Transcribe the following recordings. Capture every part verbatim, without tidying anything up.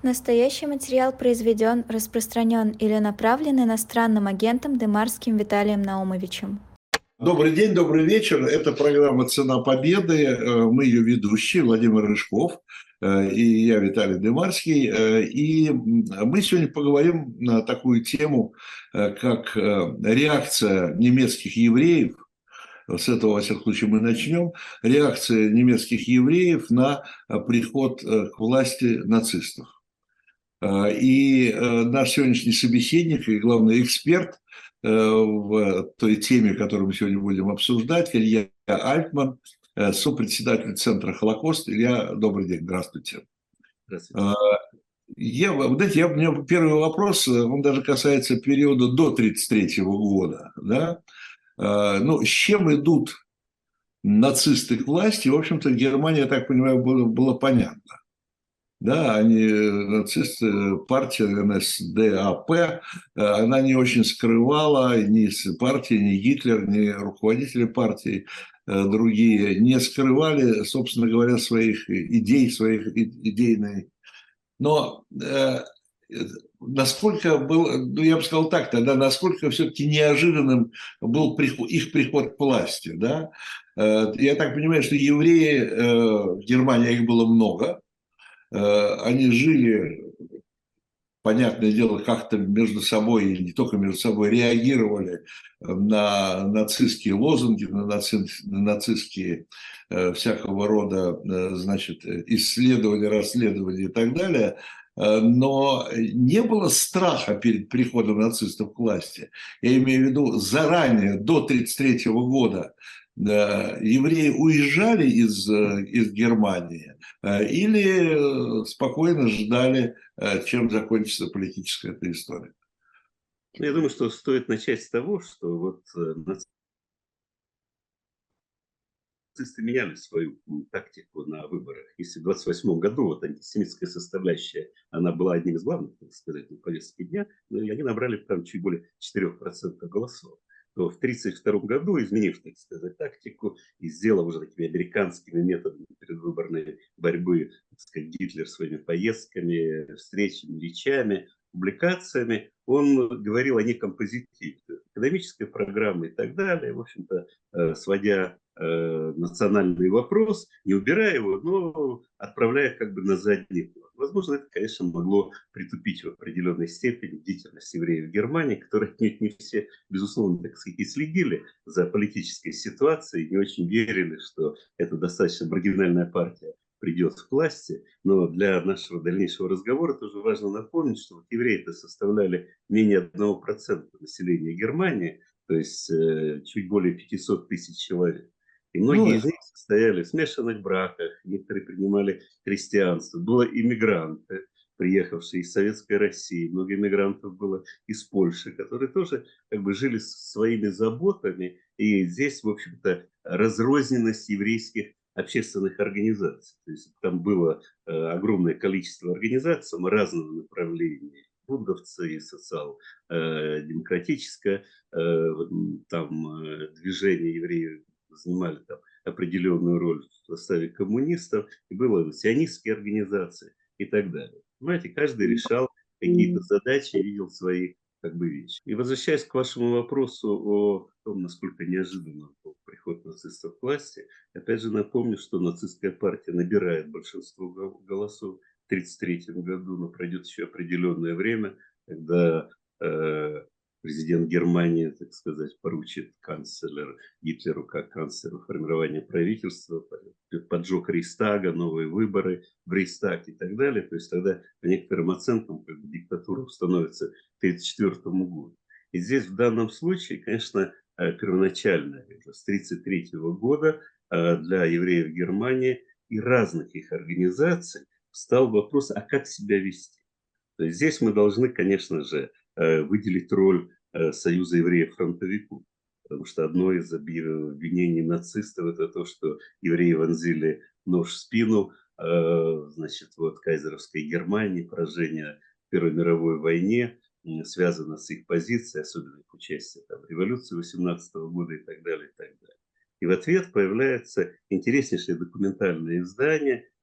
Настоящий материал произведен, распространен или направлен иностранным агентом Демарским Виталием Наумовичем. Добрый день, добрый вечер. Это программа «Цена победы». Э, Мы ее ведущие, Владимир Рыжков э, и я, Виталий Демарский. Э, И мы сегодня поговорим на такую тему, э, как э, реакция немецких евреев. С этого, во всяком случае, мы начнем. Реакция немецких евреев на э, приход э, к власти нацистов. Э, И э, наш сегодняшний собеседник и главный эксперт э, в той теме, которую мы сегодня будем обсуждать, Илья Альтман, э, сопредседатель Центра «Холокост». Илья, добрый день, здравствуйте. Здравствуйте. Э, Я, вот знаете, я, у меня первый вопрос, он даже касается периода до тысяча девятьсот тридцать третьего года. Да? Э, Ну, с чем идут нацисты к власти? В общем-то, Германия, я так понимаю, было, было понятно. Да, они, нацисты, партия эн эс дэ а пэ, она не очень скрывала, ни партия, ни Гитлер, ни руководители партии другие не скрывали, собственно говоря, своих идей, своих идейной. Но э, насколько был, ну я бы сказал так, тогда насколько все-таки неожиданным был приход, их приход к власти, да? Э, я так понимаю, что евреи э, в Германии, их было много. Они жили, понятное дело, как-то между собой, и не только между собой, реагировали на нацистские лозунги, на, наци... на нацистские э, всякого рода, э, значит, исследования, расследования и так далее. Но не было страха перед приходом нацистов к власти. Я имею в виду, заранее, до тысяча девятьсот тридцать третьего года, евреи уезжали из, из Германии или спокойно ждали, чем закончится политическая эта история? Я думаю, что стоит начать с того, что вот нацисты меняли свою тактику на выборах. Если в двадцать восьмом году вот антисемитская составляющая, она была одним из главных, так сказать, на повестке дня, и они набрали там чуть более четырех процентов голосов, то в тридцать втором году, изменив, так сказать, тактику и сделав уже такими американскими методами предвыборной борьбы, так сказать, Гитлер своими поездками, встречами, речами, публикациями, он говорил о неком позитиве, экономической программе и так далее, в общем-то, сводя э, национальный вопрос, не убирая его, но отправляя как бы на задний план. Возможно, это, конечно, могло притупить в определенной степени бдительность евреев в Германии, которые не, не все, безусловно, так сказать, и следили за политической ситуацией, не очень верили, что это достаточно маргинальная партия придет к власти. Но для нашего дальнейшего разговора тоже важно напомнить, что вот евреи-то составляли менее одного процента населения Германии, то есть э, чуть более пятьсот тысяч человек. И многие Ну, из них состояли в смешанных браках, некоторые принимали христианство. Было иммигранты, приехавшие из Советской России, много иммигрантов было из Польши, которые тоже как бы жили своими заботами. И здесь, в общем-то, разрозненность еврейских общественных организаций. То есть там было э, огромное количество организаций разного направления. Бундовцы и социал-демократическое э, там э, движение евреев занимали там определенную роль в составе коммунистов, и было сионистские организации и так далее. Понимаете, каждый решал какие-то задачи и видел свои как бы вещи. И возвращаясь к вашему вопросу о том, насколько неожиданно был приход нацистов к власти, опять же напомню, что нацистская партия набирает большинство голосов в тридцать третьем году, но пройдет еще определенное время, когда э, президент Германии, так сказать, поручит канцлеру Гитлеру как канцлеру формирования правительства, поджог Рейхстага, новые выборы в Рейхстаг и так далее. То есть тогда по некоторым оценкам как бы, диктатура установится к тысяча девятьсот тридцать четвёртому году. И здесь в данном случае, конечно, первоначально, с тысяча девятьсот тридцать третьего года для евреев Германии и разных их организаций встал вопрос, а как себя вести. То есть здесь мы должны, конечно же, выделить роль Союза евреев-фронтовиков. Потому что одно из обвинений нацистов это то, что евреи вонзили нож в спину, значит, вот кайзеровской Германии, поражение в Первой мировой войне, связано с их позицией, особенно их участие там, в революции восемнадцатого года и так далее, и так далее. И в ответ появляется интереснейшее документальное издание,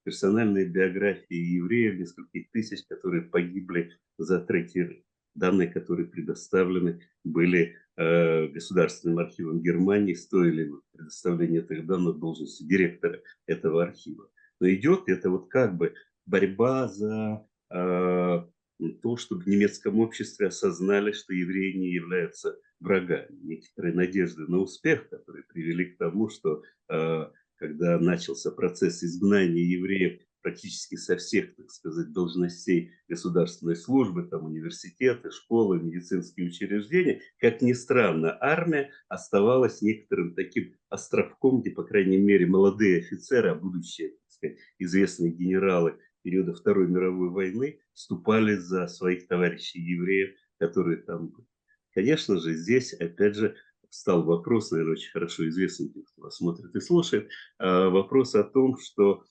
персональные биографии евреев, нескольких тысяч, которые погибли за Третий Рейх. Данные, которые предоставлены были э, Государственным архивом Германии, стоили предоставления этих данных должности директора этого архива. Но идет это вот как бы борьба за э, то, чтобы в немецком обществе осознали, что евреи не являются врагами. Некоторые надежды на успех, которые привели к тому, что э, когда начался процесс изгнания евреев практически со всех, так сказать, должностей государственной службы, там университеты, школы, медицинские учреждения, как ни странно, армия оставалась некоторым таким островком, где, по крайней мере, молодые офицеры, а будущие, так сказать, известные генералы периода Второй мировой войны вступали за своих товарищей евреев, которые там были. Конечно же, здесь, опять же, встал вопрос, наверное, очень хорошо известный тем, кто вас смотрит и слушает, вопрос о том, что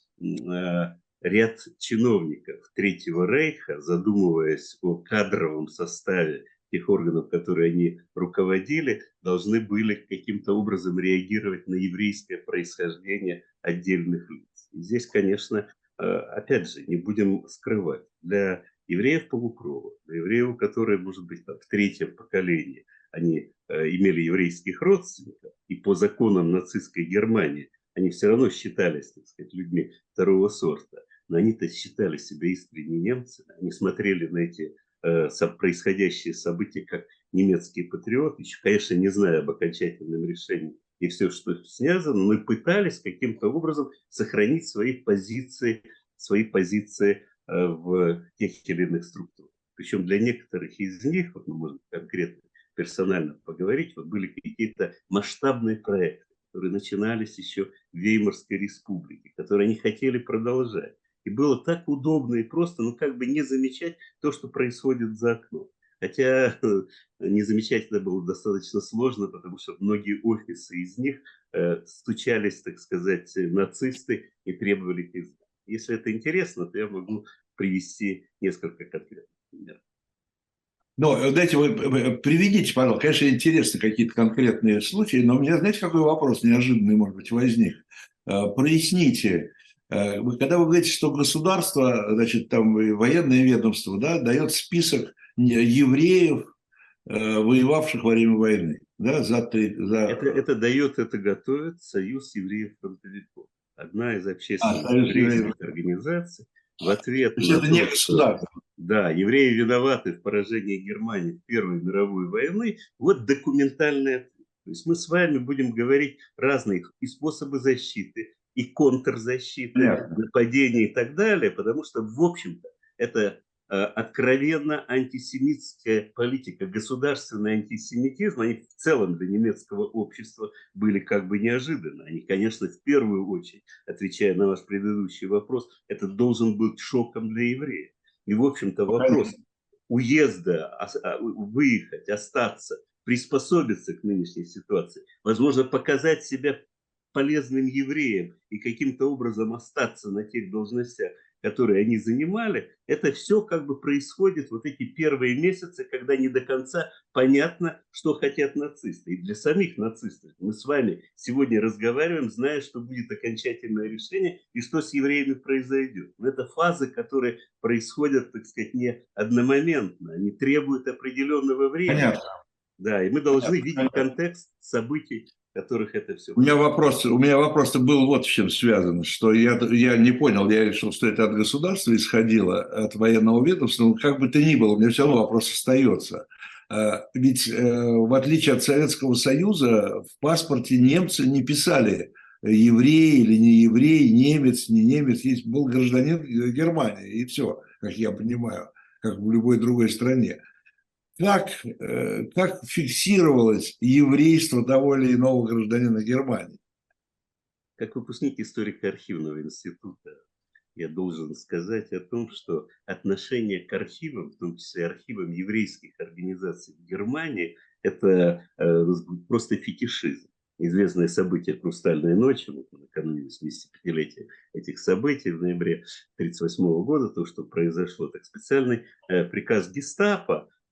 ряд чиновников Третьего Рейха, задумываясь о кадровом составе тех органов, которые они руководили, должны были каким-то образом реагировать на еврейское происхождение отдельных лиц. И здесь, конечно, опять же, не будем скрывать, для евреев полукровок, для евреев, которые, может быть, там, в третьем поколении, они э, имели еврейских родственников, и по законам нацистской Германии они все равно считались, так сказать, людьми второго сорта, но они-то считали себя искренне немцами, они смотрели на эти э, происходящие события как немецкие патриоты, еще, конечно, не зная об окончательном решении и все, что связано, но и пытались каким-то образом сохранить свои позиции, свои позиции э, в тех или иных структурах. Причем для некоторых из них, вот мы можем конкретно персонально поговорить, вот были какие-то масштабные проекты, которые начинались еще в Веймарской республике, которые они хотели продолжать. И было так удобно и просто, ну как бы не замечать то, что происходит за окном. Хотя не замечать это было достаточно сложно, потому что многие офисы из них э, стучались, так сказать, нацисты и требовали их изгнать. Если это интересно, то я могу привести несколько конкретных примеров. Но, дайте вы приведите, пожалуйста, конечно, интересны какие-то конкретные случаи, но у меня, знаете, какой вопрос неожиданный, может быть, возник? Проясните, когда вы говорите, что государство, значит, там военное ведомство, да, дает список евреев, воевавших во время войны, да, за, за... Это, это дает, это готовит Союз евреев-фронтовиков. Одна из общественных а, еврейских организаций в ответ то есть на это то, не что государство. да, евреи виноваты в поражении Германии в Первой мировой войны, вот документальный ответ. То есть мы с вами будем говорить разные и способы защиты, и контрзащиты, Понятно. нападения и так далее, потому что, в общем-то, это э, откровенно антисемитская политика, государственный антисемитизм, они в целом для немецкого общества были как бы неожиданны. Они, конечно, в первую очередь, отвечая на ваш предыдущий вопрос, это должен быть шоком для евреев. И, в общем-то, вопрос уезда, выехать, остаться, приспособиться к нынешней ситуации, возможно, показать себя полезным евреям и каким-то образом остаться на тех должностях, которые они занимали, это все как бы происходит вот эти первые месяцы, когда не до конца понятно, что хотят нацисты. И для самих нацистов мы с вами сегодня разговариваем, зная, что будет окончательное решение и что с евреями произойдет. Но это фазы, которые происходят, так сказать, не одномоментно, они требуют определенного времени. Понятно. Да, и мы должны Понятно. видеть контекст событий, в которых это все. У меня вопрос, у меня вопрос был вот с чем связан, что я, я не понял, я решил, что это от государства исходило, от военного ведомства, но как бы то ни было, у меня все равно вопрос остается. Ведь в отличие от Советского Союза в паспорте немцы не писали еврей или не еврей, немец, не немец, есть был гражданин Германии, и все, как я понимаю, как в любой другой стране. Как, как фиксировалось еврейство того или иного гражданина Германии? Как выпускник историко-архивного института, я должен сказать о том, что отношение к архивам, в том числе архивам еврейских организаций в Германии, это э, просто фетишизм. Известное событие «Хрустальной ночи», вот накануне восьмидесятипятилетия этих событий в ноябре тысяча девятьсот тридцать восьмого года, то, что произошло, так специальный э, приказ гестапо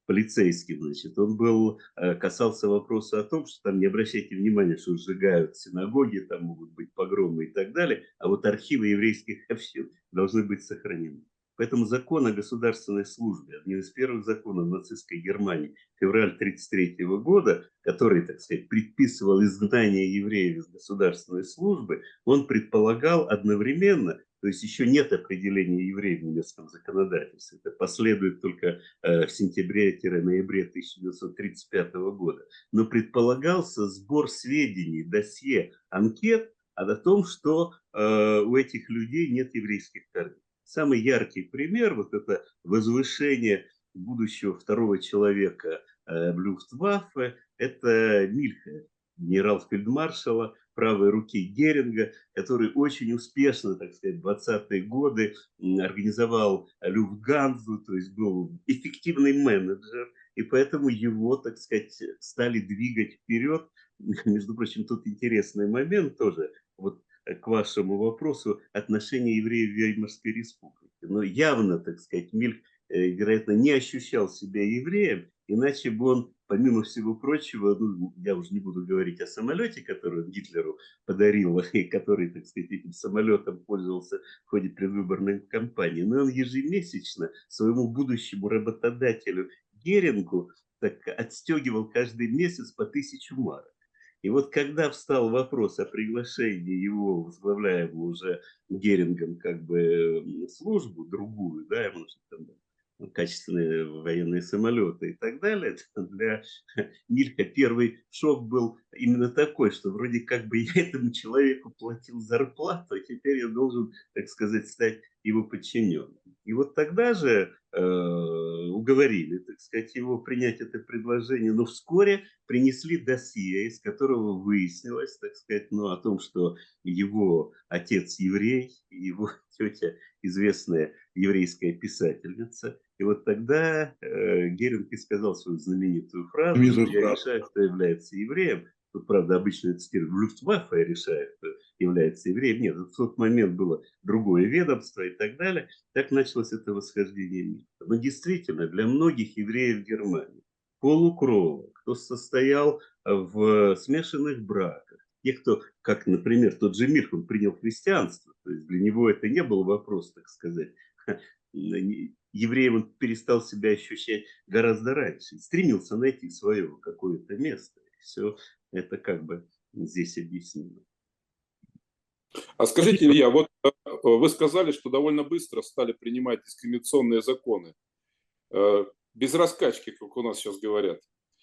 полицейским, значит, он был, касался вопроса о том, что там не обращайте внимания, что сжигают синагоги, там могут быть погромы и так далее, а вот архивы еврейских общин должны быть сохранены. Поэтому закон о государственной службе, один из первых законов нацистской Германии, февраль тысяча девятьсот тридцать третьего года, который, так сказать, предписывал изгнание евреев из государственной службы, он предполагал одновременно, то есть еще нет определения евреев в немецком законодательстве, это последует только э, в сентябре-ноябре тысяча девятьсот тридцать пятого года, но предполагался сбор сведений, досье, анкет о том, что э, у этих людей нет еврейских корней. Самый яркий пример, вот это возвышение будущего второго человека э, в Люфтваффе, это Мильхе, генерал-фельдмаршала, правой руки Геринга, который очень успешно, так сказать, в двадцатые годы организовал Люфтганзу, то есть был эффективный менеджер, и поэтому его, так сказать, стали двигать вперед. Между прочим, тут интересный момент тоже, вот к вашему вопросу, отношения евреев в Веймарской республике. Но явно, так сказать, Мильх, вероятно, не ощущал себя евреем, иначе бы он, помимо всего прочего, ну, я уже не буду говорить о самолете, который он Гитлеру подарил, и который, так сказать, этим самолетом пользовался в ходе предвыборной кампании, но он ежемесячно своему будущему работодателю Герингу так отстегивал каждый месяц по тысячу марок. И вот когда встал вопрос о приглашении его, возглавляемого уже Герингом, как бы службу другую, да, ему нужно там качественные военные самолеты и так далее, для Мильха первый шок был именно такой, что вроде как бы я этому человеку платил зарплату, а теперь я должен, так сказать, стать его подчиненным. И вот тогда же э, уговорили, так сказать, его принять это предложение, но вскоре принесли досье, из которого выяснилось, так сказать, ну, о том, что его отец еврей, его тетя известная еврейская писательница. И вот тогда э, Геринг и сказал свою знаменитую фразу, что я решаю, кто является евреем. Тут, правда, обычно это цитируют, в Люфтваффе решает, кто является евреем. Нет, в тот момент было другое ведомство и так далее. Так началось это восхождение мира. Но действительно, для многих евреев Германии, полукровок, кто состоял в смешанных браках, те, кто, как, например, тот же Мильх, он принял христианство, то есть для него это не был вопрос, так сказать, евреем он перестал себя ощущать гораздо раньше, стремился найти свое какое-то место. И все это как бы здесь объяснимо. А скажите, Илья, вот вы сказали, что довольно быстро стали принимать дискриминационные законы, без раскачки, как у нас сейчас говорят.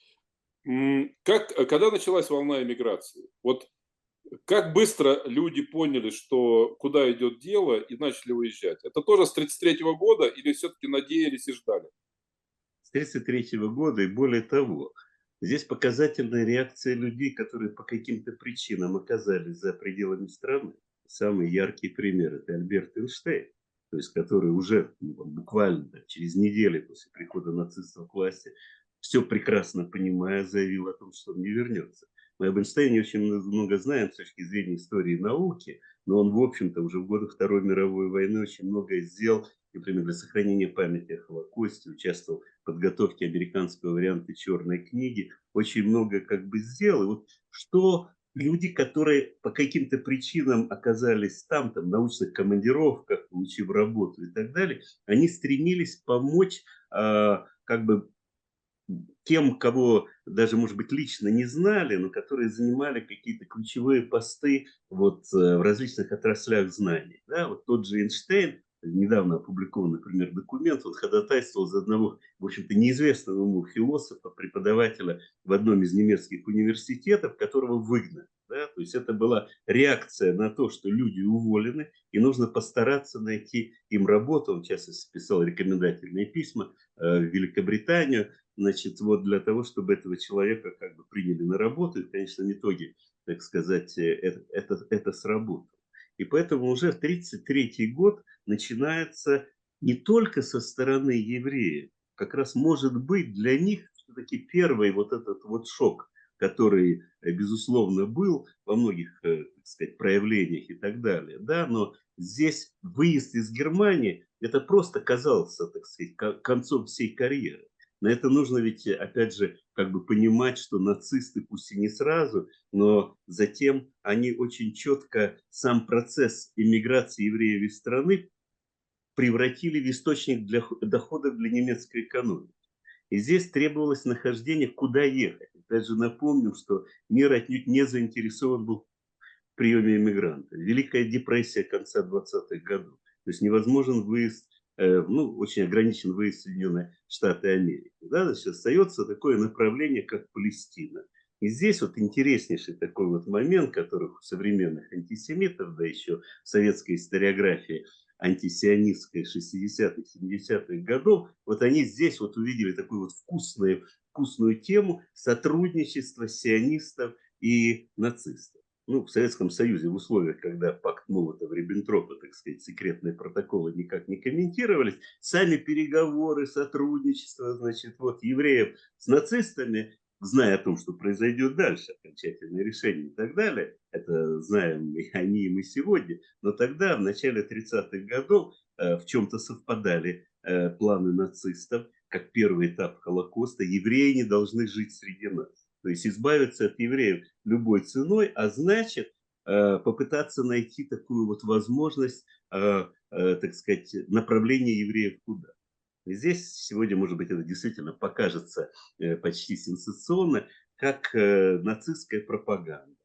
Как, когда началась волна эмиграции? Вот как быстро люди поняли, что куда идет дело, и начали уезжать? Это тоже с тридцать третьего года или все-таки надеялись и ждали? С тридцать третьего года, и более того, здесь показательная реакция людей, которые по каким-то причинам оказались за пределами страны. Самый яркий пример – это Альберт Эйнштейн, то есть который уже ну, буквально да, через неделю после прихода нацистов к власти, все прекрасно понимая, заявил о том, что он не вернется. Мы об Эйнштейне очень много знаем с точки зрения истории науки, но он, в общем-то, уже в годы Второй мировой войны очень многое сделал, например, для сохранения памяти о Холокосте, участвовал в подготовке американского варианта «Черной книги», очень много как бы сделал. И вот что люди, которые по каким-то причинам оказались там, там, в научных командировках, получив работу и так далее, они стремились помочь э, как бы тем, кого даже, может быть, лично не знали, но которые занимали какие-то ключевые посты вот, в различных отраслях знаний. Да? Вот тот же Эйнштейн, недавно опубликован, например, документ, он ходатайствовал за одного, в общем-то, неизвестного ему философа, преподавателя в одном из немецких университетов, которого выгнали. Да? То есть это была реакция на то, что люди уволены, и нужно постараться найти им работу. Он, в частности, писал рекомендательные письма э, в Великобританию, значит, вот для того, чтобы этого человека как бы приняли на работу, и в конечном итоге, так сказать, это, это, это сработало. И поэтому уже в тридцать третий год начинается не только со стороны евреев, как раз может быть для них все-таки первый вот этот вот шок, который, безусловно, был во многих, так сказать, проявлениях и так далее, да, но здесь выезд из Германии, это просто казался, так сказать, концом всей карьеры. На это нужно ведь, опять же, как бы понимать, что нацисты, пусть и не сразу, но затем они очень четко сам процесс иммиграции евреев из страны превратили в источник для доходов для немецкой экономики. И здесь требовалось нахождение, куда ехать. Опять же напомню, что мир отнюдь не заинтересован был в приеме иммигрантов. Великая депрессия конца двадцатых годов. То есть невозможен выезд, э, ну, очень ограничен выезд в Соединенные Штаты Америки. Да? Значит, остается такое направление, как Палестина. И здесь вот интереснейший такой вот момент, который у современных антисемитов, да еще в советской историографии антисионистской шестидесятых, семидесятых годов, вот они здесь вот увидели такую вот вкусную, вкусную тему сотрудничества сионистов и нацистов. Ну, в Советском Союзе в условиях, когда пакт Молотова-Риббентропа, так сказать, секретные протоколы никак не комментировались, сами переговоры, сотрудничество, значит, вот евреев с нацистами, зная о том, что произойдет дальше, окончательное решение и так далее, это знаем и они, и мы сегодня, но тогда, в начале тридцатых годов, э, в чем-то совпадали э, планы нацистов, как первый этап Холокоста, евреи не должны жить среди нас. То есть избавиться от евреев любой ценой, а значит, э, попытаться найти такую вот возможность, э, э, так сказать, направления евреев куда. И здесь сегодня, может быть, это действительно покажется э, почти сенсационно, как э, нацистская пропаганда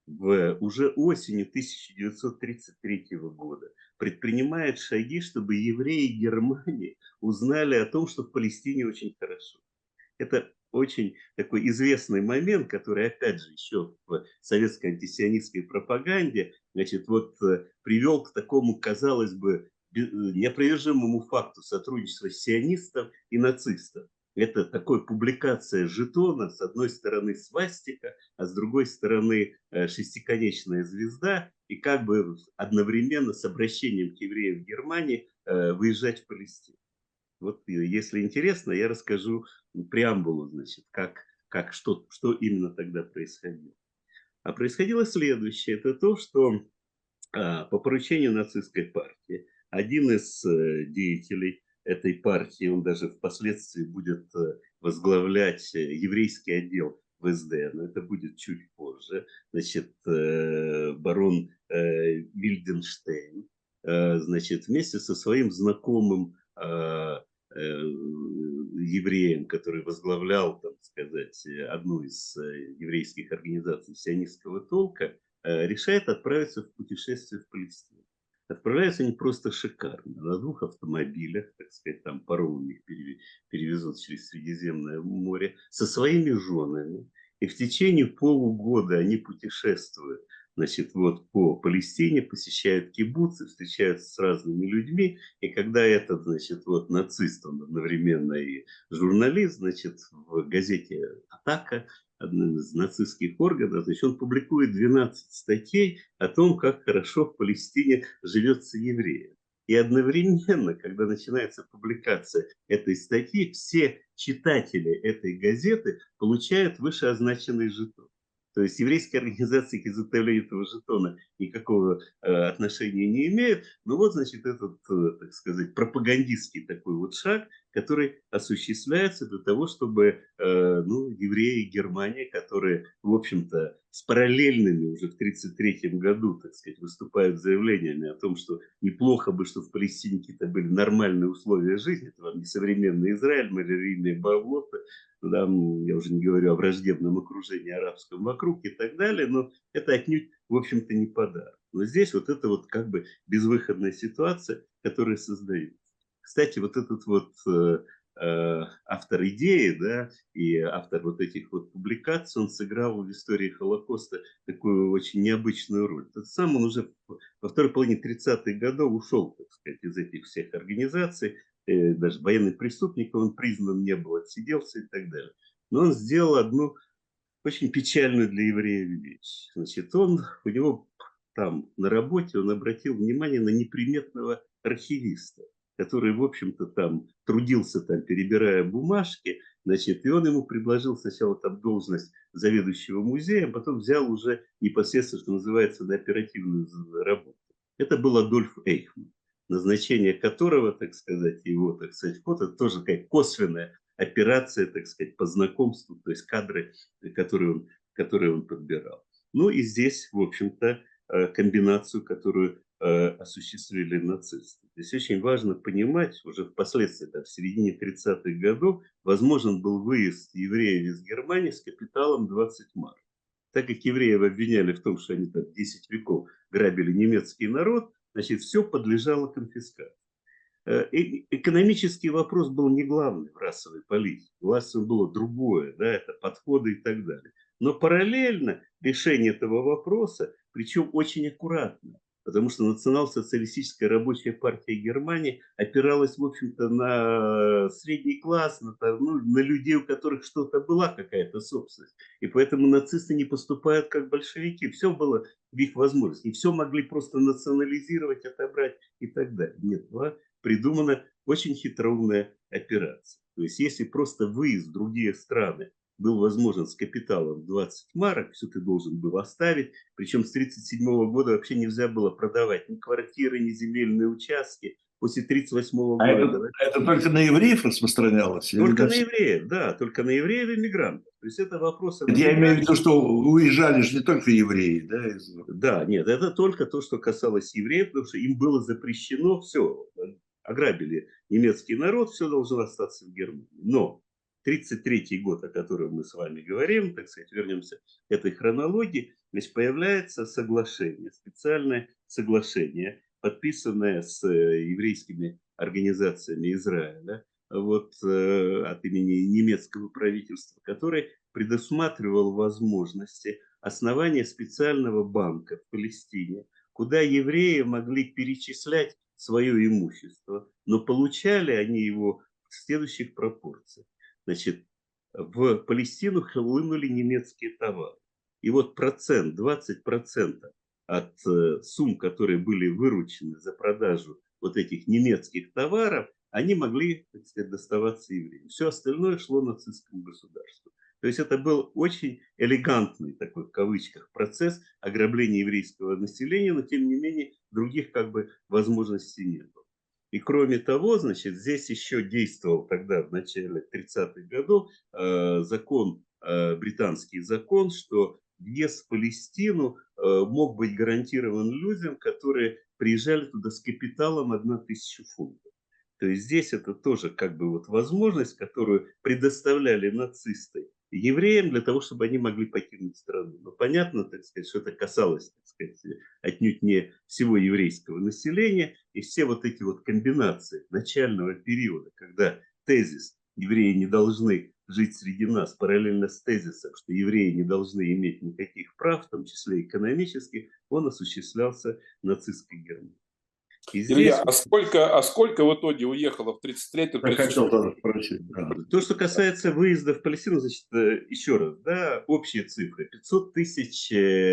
в уже осенью тысяча девятьсот тридцать третьего года предпринимает шаги, чтобы евреи Германии узнали о том, что в Палестине очень хорошо. Это очень такой известный момент, который, опять же, еще в советской антисионистской пропаганде, значит, вот привел к такому, казалось бы, неопровержимому факту сотрудничества сионистов и нацистов. Это такой публикация жетона, с одной стороны свастика, а с другой стороны шестиконечная звезда, и как бы одновременно с обращением к евреям в Германии выезжать в Палестину. Вот если интересно, я расскажу преамбулу, значит, как, как что, что именно тогда происходило. А происходило следующее. Это то, что а, по поручению нацистской партии один из э, деятелей этой партии, он даже впоследствии будет э, возглавлять еврейский отдел в эс дэ, но это будет чуть позже, значит, э, барон э, Вильденштейн, э, значит, вместе со своим знакомым э, евреем, который возглавлял, так сказать, одну из еврейских организаций сионистского толка, решает отправиться в путешествие в Палестину. Отправляются они просто шикарно. На двух автомобилях, так сказать, там паромом их перевезут через Средиземное море, со своими женами. И в течение полугода они путешествуют, значит, вот по Палестине, посещают кибуцы, встречаются с разными людьми. И когда этот, значит, вот нацист, он одновременно и журналист, значит, в газете «Атака», одним из нацистских органов, значит, он публикует двенадцать статей о том, как хорошо в Палестине живется евреям. И одновременно, когда начинается публикация этой статьи, все читатели этой газеты получают вышеозначенный жетон. То есть еврейские организации к изготовлению этого жетона никакого э, отношения не имеют. Но вот, значит, этот, э, так сказать, пропагандистский такой вот шаг, который осуществляется для того, чтобы э, ну, евреи Германии, которые, в общем-то, с параллельными уже в тридцать третьем году, так сказать, выступают с заявлениями о том, что неплохо бы, что в Палестине какие-то были нормальные условия жизни, это вам не современный Израиль, малярийные болота, там, я уже не говорю о враждебном окружении арабском вокруг и так далее, но это отнюдь, в общем-то, не подарок. Но здесь вот это вот как бы безвыходная ситуация, которая создается. Кстати, вот этот вот э, э, автор идеи, да, и автор вот этих вот публикаций, он сыграл в истории Холокоста такую очень необычную роль. Тот сам он уже во второй половине тридцатых годов ушел, так сказать, из этих всех организаций, э, даже военный преступник он признан не был, отсиделся и так далее. Но он сделал одну очень печальную для евреев вещь. Значит, он, у него там на работе, он обратил внимание на неприметного архивиста, который, в общем-то, там трудился, там, перебирая бумажки, значит, и он ему предложил сначала там должность заведующего музеем, потом взял уже непосредственно, что называется, на оперативную работу. Это был Адольф Эйхман, назначение которого, так сказать, его, так сказать, вход, это тоже как косвенное операция, так сказать, по знакомству, то есть кадры, которые он, которые он подбирал. Ну и здесь, в общем-то, комбинацию, которую осуществили нацисты. Здесь очень важно понимать, уже впоследствии, да, в середине тридцатых годов, возможен был выезд евреев из Германии с капиталом двадцать марок. Так как евреев обвиняли в том, что они там десять веков грабили немецкий народ, значит, все подлежало конфискации. И экономический вопрос был не главный в расовой политике. Главным было другое, да, это подходы и так далее. Но параллельно решение этого вопроса, причем очень аккуратно, потому что национал-социалистическая рабочая партия Германии опиралась, в общем-то, на средний класс, на, ну, на людей, у которых что-то была, какая-то собственность. И поэтому нацисты не поступают как большевики. Все было в их возможности. И все могли просто национализировать, отобрать и так далее. Нет, была придумана очень хитроумная операция. То есть, если просто выезд в другие страны был возможен с капиталом двадцать марок, все ты должен был оставить. Причем с тридцать седьмого года вообще нельзя было продавать ни квартиры, ни земельные участки. После тридцать восьмого года... А это, это только на евреев распространялось? Только на евреев, да, только на евреев и мигрантов. То есть это вопрос... Я имею в виду, что уезжали же не только евреи, да? Из... Да, нет, это только то, что касалось евреев, потому что им было запрещено все. Ограбили немецкий народ, все должно остаться в Германии. Но тридцать третий год, о котором мы с вами говорим, так сказать, вернемся к этой хронологии, значит, появляется соглашение, специальное соглашение, подписанное с еврейскими организациями Израиля, вот, э, от имени немецкого правительства, который предусматривал возможности основания специального банка в Палестине, куда евреи могли перечислять свое имущество, но получали они его в следующих пропорциях. Значит, в Палестину хлынули немецкие товары. И вот процент, двадцать процентов от э, сумм, которые были выручены за продажу вот этих немецких товаров, они могли, так сказать, доставаться евреям. Все остальное шло нацистскому государству. То есть это был очень элегантный, такой в кавычках, процесс ограбления еврейского населения, но тем не менее других как бы возможностей не было. И кроме того, значит, здесь еще действовал тогда в начале тридцатых годов э, закон, э, британский закон, что въезд в Палестину э, мог быть гарантирован людям, которые приезжали туда с капиталом одна тысяча фунтов. То есть здесь это тоже как бы вот возможность, которую предоставляли нацисты евреям для того, чтобы они могли покинуть страну. Но понятно, так сказать, что это касалось, так сказать, отнюдь не всего еврейского населения. И все вот эти вот комбинации начального периода, когда тезис «евреи не должны жить среди нас», параллельно с тезисом, что евреи не должны иметь никаких прав, в том числе экономических, он осуществлялся нацистской Германией. И здесь... Илья, а сколько, а сколько в итоге уехало в тридцать третьем тридцать шестом? То, что касается выезда в Палестину, значит, еще раз, да, общие цифры. пятьсот тысяч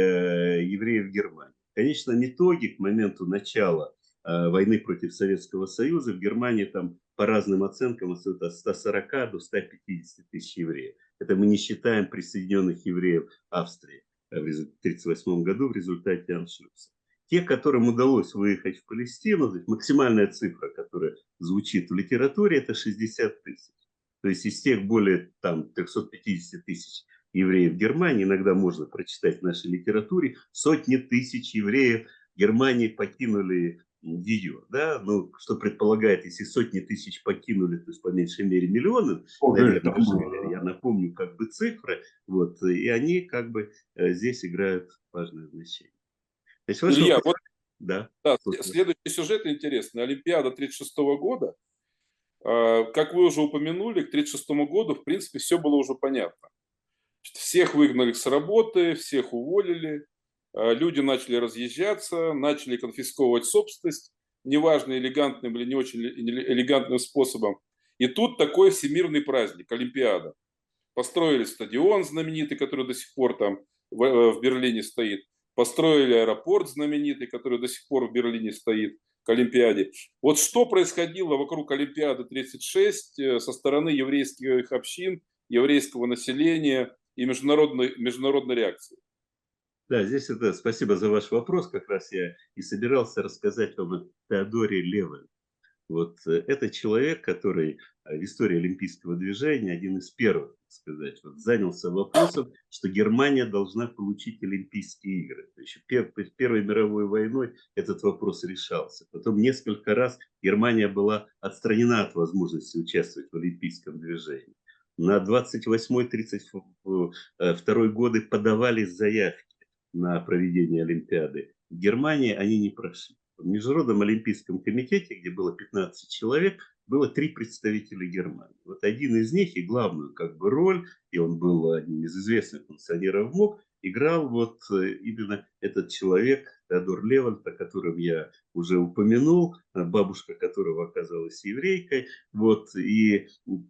евреев в Германии. В конечном итоге, к моменту начала войны против Советского Союза, в Германии там по разным оценкам от ста сорока до ста пятидесяти тысяч евреев. Это мы не считаем присоединенных евреев Австрии в тысяча девятьсот тридцать восьмом году в результате Аншлюса. Те, которым удалось выехать в Палестину, максимальная цифра, которая звучит в литературе, это шестьдесят тысяч. То есть из тех более там, трёхсот пятидесяти тысяч евреев в Германии, иногда можно прочитать в нашей литературе, сотни тысяч евреев Германии покинули ее. Да? Ну, что предполагает, если сотни тысяч покинули, то есть по меньшей мере миллионы, О, наверное, да. Я напомню как бы цифры, вот, и они как бы здесь играют важное значение. Илья, вот, да, да, следующий сюжет интересный. Олимпиада тридцать шестого года. Как вы уже упомянули, к тридцать шестому году, в принципе, все было уже понятно. Всех выгнали с работы, всех уволили, люди начали разъезжаться, начали конфисковывать собственность, неважно, элегантным или не очень элегантным способом. И тут такой всемирный праздник, Олимпиада. Построили стадион знаменитый, который до сих пор там в Берлине стоит. Построили аэропорт знаменитый, который до сих пор в Берлине стоит, к Олимпиаде. Вот что происходило вокруг Олимпиады тридцать шесть со стороны еврейских общин, еврейского населения и международной, международной реакции? Да, здесь это, спасибо за ваш вопрос. Как раз я и собирался рассказать вам о Теодоре Левеле. Вот это человек, который в истории олимпийского движения один из первых, так сказать, вот, занялся вопросом, что Германия должна получить Олимпийские игры. Еще пер, Первой мировой войной этот вопрос решался. Потом несколько раз Германия была отстранена от возможности участвовать в олимпийском движении. На двадцать восьмой — тридцать второй годы подавались заявки на проведение Олимпиады. В Германии они не прошли. В Международном олимпийском комитете, где было пятнадцать человек, было три представителя Германии. Вот один из них и главную как бы роль, и он был одним из известных функционеров МОК, играл вот именно этот человек, Теодор Левальд, о котором я уже упомянул, бабушка которого оказалась еврейкой. Вот, и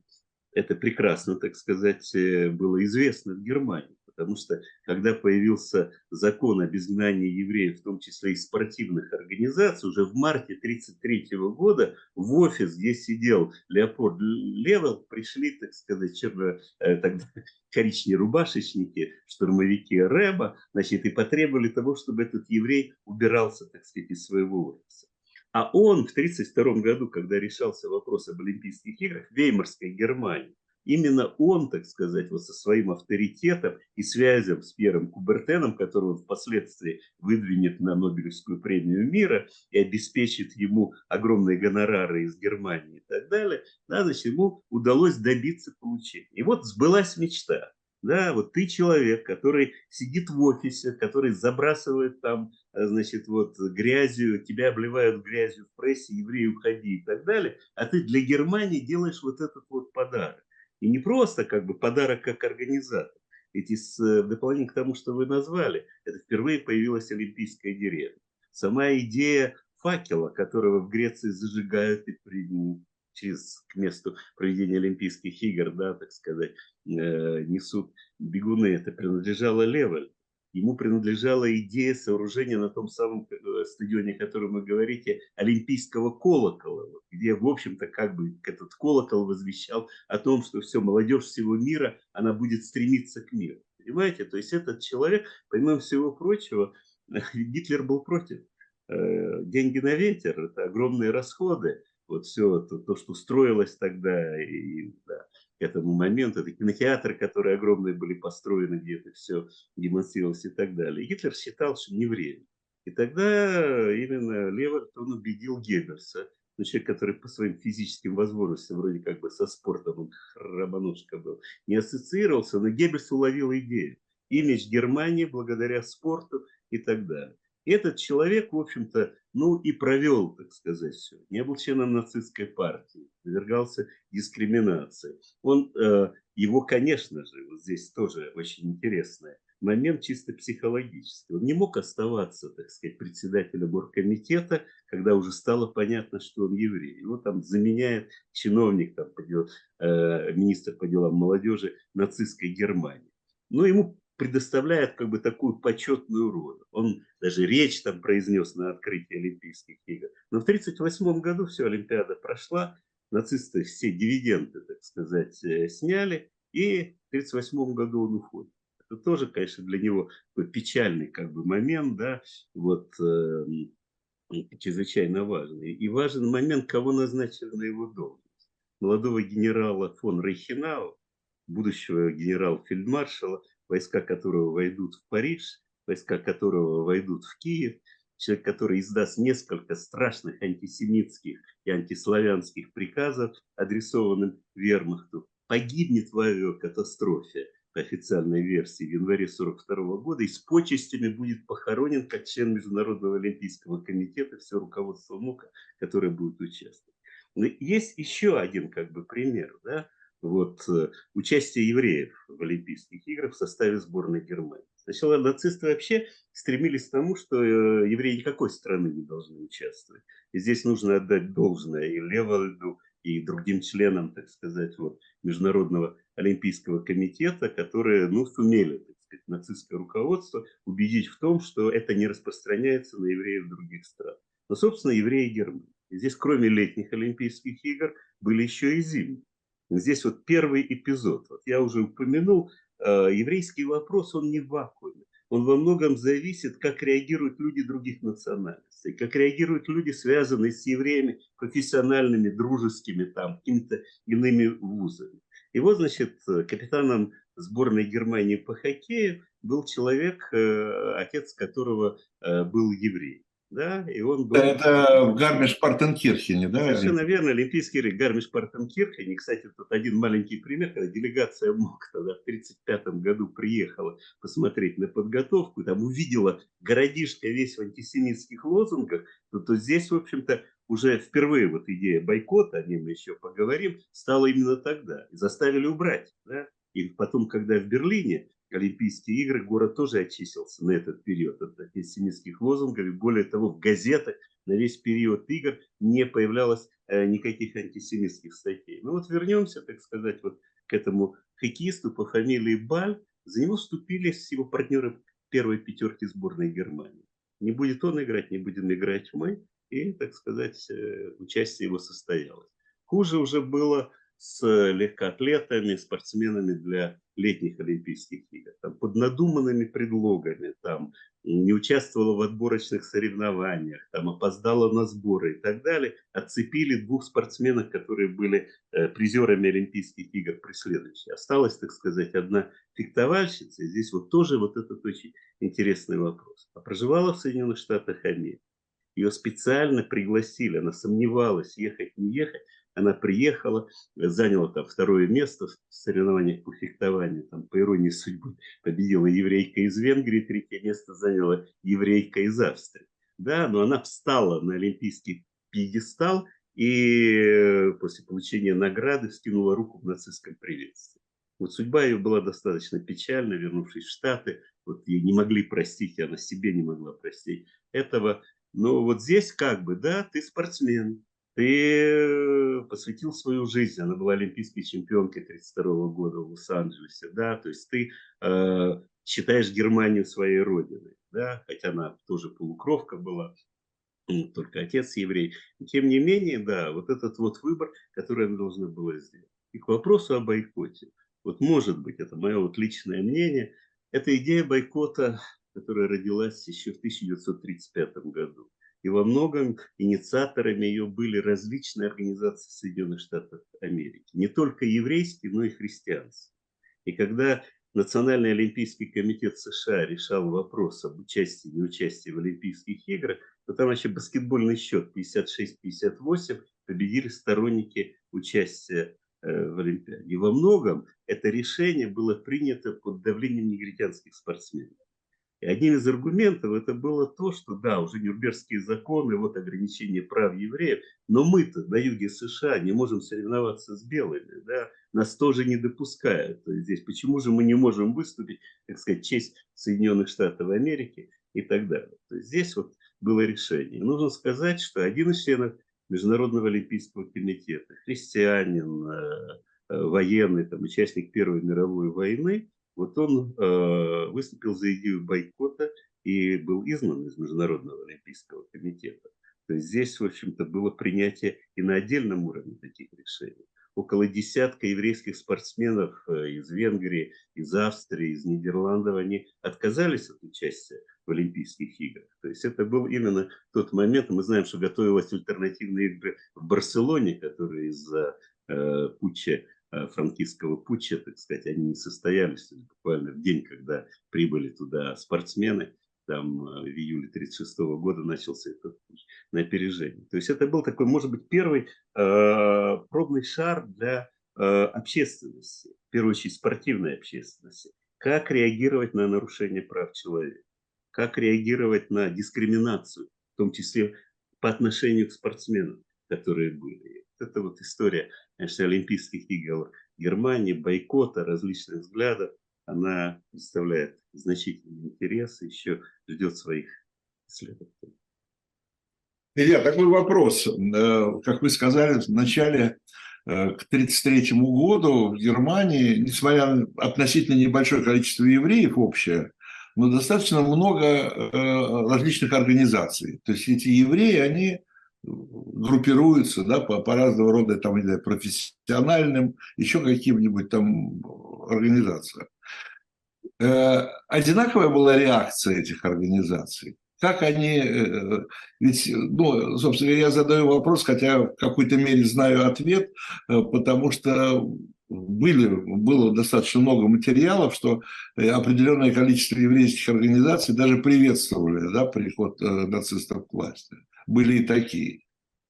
это прекрасно, так сказать, было известно в Германии. Потому что, когда появился закон об изгнании евреев, в том числе и спортивных организаций, уже в марте тысяча девятьсот тридцать третьего года в офис, где сидел Леопольд Левальд, пришли, так сказать, черно, тогда коричневые рубашечники, штурмовики рэба, значит, и потребовали того, чтобы этот еврей убирался, так сказать, из своего офиса. А он в тысяча девятьсот тридцать втором году, когда решался вопрос об Олимпийских играх в Веймарской Германии, именно он, так сказать, вот со своим авторитетом и связям с Пьером Кубертеном, которого он впоследствии выдвинет на Нобелевскую премию мира и обеспечит ему огромные гонорары из Германии и так далее, да, значит, ему удалось добиться получения. И вот сбылась мечта. Да, вот ты человек, который сидит в офисе, который забрасывает там, значит, вот грязью, тебя обливают грязью в прессе, евреи, уходи и так далее, а ты для Германии делаешь вот этот вот подарок. И не просто как бы подарок как организатор. Ведь из, в дополнение к тому, что вы назвали, это впервые появилась Олимпийская деревня. Сама идея факела, которого в Греции зажигают и при, через к месту проведения Олимпийских игр, да, так сказать, э, несут бегуны, это принадлежало Левальду. Ему принадлежала идея сооружения на том самом стадионе, о котором вы говорите, олимпийского колокола, где, в общем-то, как бы этот колокол возвещал о том, что все, молодежь всего мира, она будет стремиться к миру. Понимаете? То есть этот человек, помимо всего прочего, Гитлер был против. Деньги на ветер, это огромные расходы. Вот все то, то что строилось тогда, и да, к этому моменту, это кинотеатры, которые огромные были построены, где это все демонстрировалось и так далее. И Гитлер считал, что не время. И тогда именно Левальд, он убедил Геббельса, ну, человек, который по своим физическим возможностям, вроде как бы со спортом, он хромоножка был, не ассоциировался, но Геббельс уловил идею. Имидж Германии благодаря спорту и так далее. И этот человек, в общем-то, ну и провел, так сказать, все. Не был членом нацистской партии, подвергался дискриминации. Он, э, его, конечно же, вот здесь тоже очень интересный момент чисто психологический. Он не мог оставаться, так сказать, председателем оргкомитета, когда уже стало понятно, что он еврей. Его там заменяет чиновник, там, по делам, э, министр по делам молодежи нацистской Германии. Но ему предоставляет как бы такую почетную роль. Он даже речь там произнес на открытии Олимпийских игр. Но в тысяча девятьсот тридцать восьмом году все, Олимпиада прошла, нацисты все дивиденды, так сказать, сняли, и в тысяча девятьсот тридцать восьмом году он уходит. Это тоже, конечно, для него такой печальный как бы момент, да, вот э, чрезвычайно важный. И важен момент, кого назначили на его должность. Молодого генерала фон Рейхенау, будущего генерал-фельдмаршала, войска которого войдут в Париж, войска которого войдут в Киев, человек, который издаст несколько страшных антисемитских и антиславянских приказов, адресованных вермахту, погибнет в авиакатастрофе, по официальной версии, в январе сорок второго года, и с почестями будет похоронен как член Международного олимпийского комитета, все руководство МОКа, которое будет участвовать. Но есть еще один как бы пример, да, вот, участие евреев в Олимпийских играх в составе сборной Германии. Сначала нацисты вообще стремились к тому, что евреи никакой страны не должны участвовать. И здесь нужно отдать должное и Левальду, и другим членам, так сказать, вот, Международного олимпийского комитета, которые, ну, сумели, так сказать, нацистское руководство убедить в том, что это не распространяется на евреев других стран. Но, собственно, евреи Германии. И здесь, кроме летних Олимпийских игр, были еще и зимние. Здесь вот первый эпизод. Вот я уже упомянул, э, еврейский вопрос, он не в вакууме. он во многом зависит, как реагируют люди других национальностей, как реагируют люди, связанные с евреями, профессиональными, дружескими, там, какими-то иными вузами. И вот, значит, капитаном сборной Германии по хоккею был человек, отец которого был еврей. Да, и он был... Это в Гармиш-Партенкирхене, да? Совершенно верно, Олимпийский игры Гармиш-Партенкирхене. Кстати, тут один маленький пример, когда делегация МОК тогда в тридцать пятом году приехала посмотреть на подготовку, там увидела городишко весь в антисемитских лозунгах, то, то здесь, в общем-то, уже впервые вот идея бойкота, о нем мы еще поговорим, стала именно тогда. И заставили убрать. Да? И потом, когда в Берлине Олимпийские игры, город тоже очистился на этот период от антисемитских лозунгов. И более того, в газетах на весь период игр не появлялось э, никаких антисемитских статей. Ну вот вернемся, так сказать, вот к этому хоккеисту по фамилии Баль. За него вступили его партнеры первой пятерки сборной Германии. Не будет он играть, не будем играть мы. И, так сказать, э, участие его состоялось. Хуже уже было с легкоатлетами, спортсменами для летних Олимпийских игр. Там, под надуманными предлогами, там, не участвовала в отборочных соревнованиях, там, опоздала на сборы и так далее, отцепили двух спортсменов, которые были э, призерами Олимпийских игр при следующей. Осталась, так сказать, одна фехтовальщица. И здесь вот тоже вот этот очень интересный вопрос. А проживала в Соединенных Штатах Америки. Ее специально пригласили, она сомневалась, ехать, не ехать. Она приехала, заняла там второе место в соревнованиях по фехтованию. Там, по иронии судьбы, победила еврейка из Венгрии, третье место заняла еврейка из Австрии. Да, но она встала на олимпийский пьедестал и после получения награды вскинула руку в нацистском приветствии. Вот судьба ее была достаточно печальна, вернувшись в Штаты. Вот ей не могли простить, и она себе не могла простить этого. Но вот здесь как бы, да, ты спортсмен. Ты посвятил свою жизнь, она была олимпийской чемпионкой тридцать второго года в Лос-Анджелесе, да, то есть ты э, считаешь Германию своей родиной, да, хотя она тоже полукровка была, только отец еврей. И тем не менее, да, вот этот вот выбор, который она должна была сделать. И к вопросу о бойкоте. Вот может быть, это мое вот личное мнение, эта идея бойкота, которая родилась еще в тысяча девятьсот тридцать пятом году. И во многом инициаторами ее были различные организации Соединенных Штатов Америки. Не только еврейские, но и христианские. И когда Национальный олимпийский комитет США решал вопрос об участии и неучастии в Олимпийских играх, то там вообще баскетбольный счет пятьдесят шесть пятьдесят восемь победили сторонники участия э, в Олимпиаде. И во многом это решение было принято под давлением негритянских спортсменов. И одним из аргументов это было то, что да, уже Нюрнбергские законы, вот ограничение прав евреев, но мы-то на юге США не можем соревноваться с белыми, да, нас тоже не допускают. То есть здесь почему же мы не можем выступить, так сказать, в честь Соединенных Штатов Америки и так далее. То есть здесь вот было решение. Нужно сказать, что один из членов Международного олимпийского комитета, христианин, военный, там, участник Первой мировой войны, вот он э, выступил за идею бойкота и был изгнан из Международного олимпийского комитета. То есть здесь, в общем-то, было принятие и на отдельном уровне таких решений. Около десятка еврейских спортсменов из Венгрии, из Австрии, из Нидерландов, они отказались от участия в Олимпийских играх. То есть это был именно тот момент. Мы знаем, что готовилась альтернативные игры в Барселоне, которые из-за э, путча франкистского путча, так сказать, они не состоялись. Буквально в день, когда прибыли туда спортсмены, там в июле тридцать шестого года начался этот путь на опережение. То есть это был такой, может быть, первый э, пробный шар для э, общественности, в первую очередь спортивной общественности. Как реагировать на нарушение прав человека, как реагировать на дискриминацию, в том числе по отношению к спортсменам, которые были. Это вот история, конечно, Олимпийских игр Германии, бойкота, различных взглядов, она представляет значительный интерес и еще ждет своих исследователей. Илья, такой вопрос. Как вы сказали, в начале к тридцать третьему году в Германии, несмотря на относительно небольшое количество евреев общее, но достаточно много различных организаций. То есть эти евреи, они группируются, да, по, по разного рода там, не знаю, профессиональным, еще каким-нибудь там организациям. Э, одинаковая была реакция этих организаций? Как они, э, ведь, ну, собственно, я задаю вопрос, хотя в какой-то мере знаю ответ, э, потому что были, было достаточно много материалов, что э, определенное количество еврейских организаций даже приветствовали, да, приход э, нацистов к власти. Были и такие.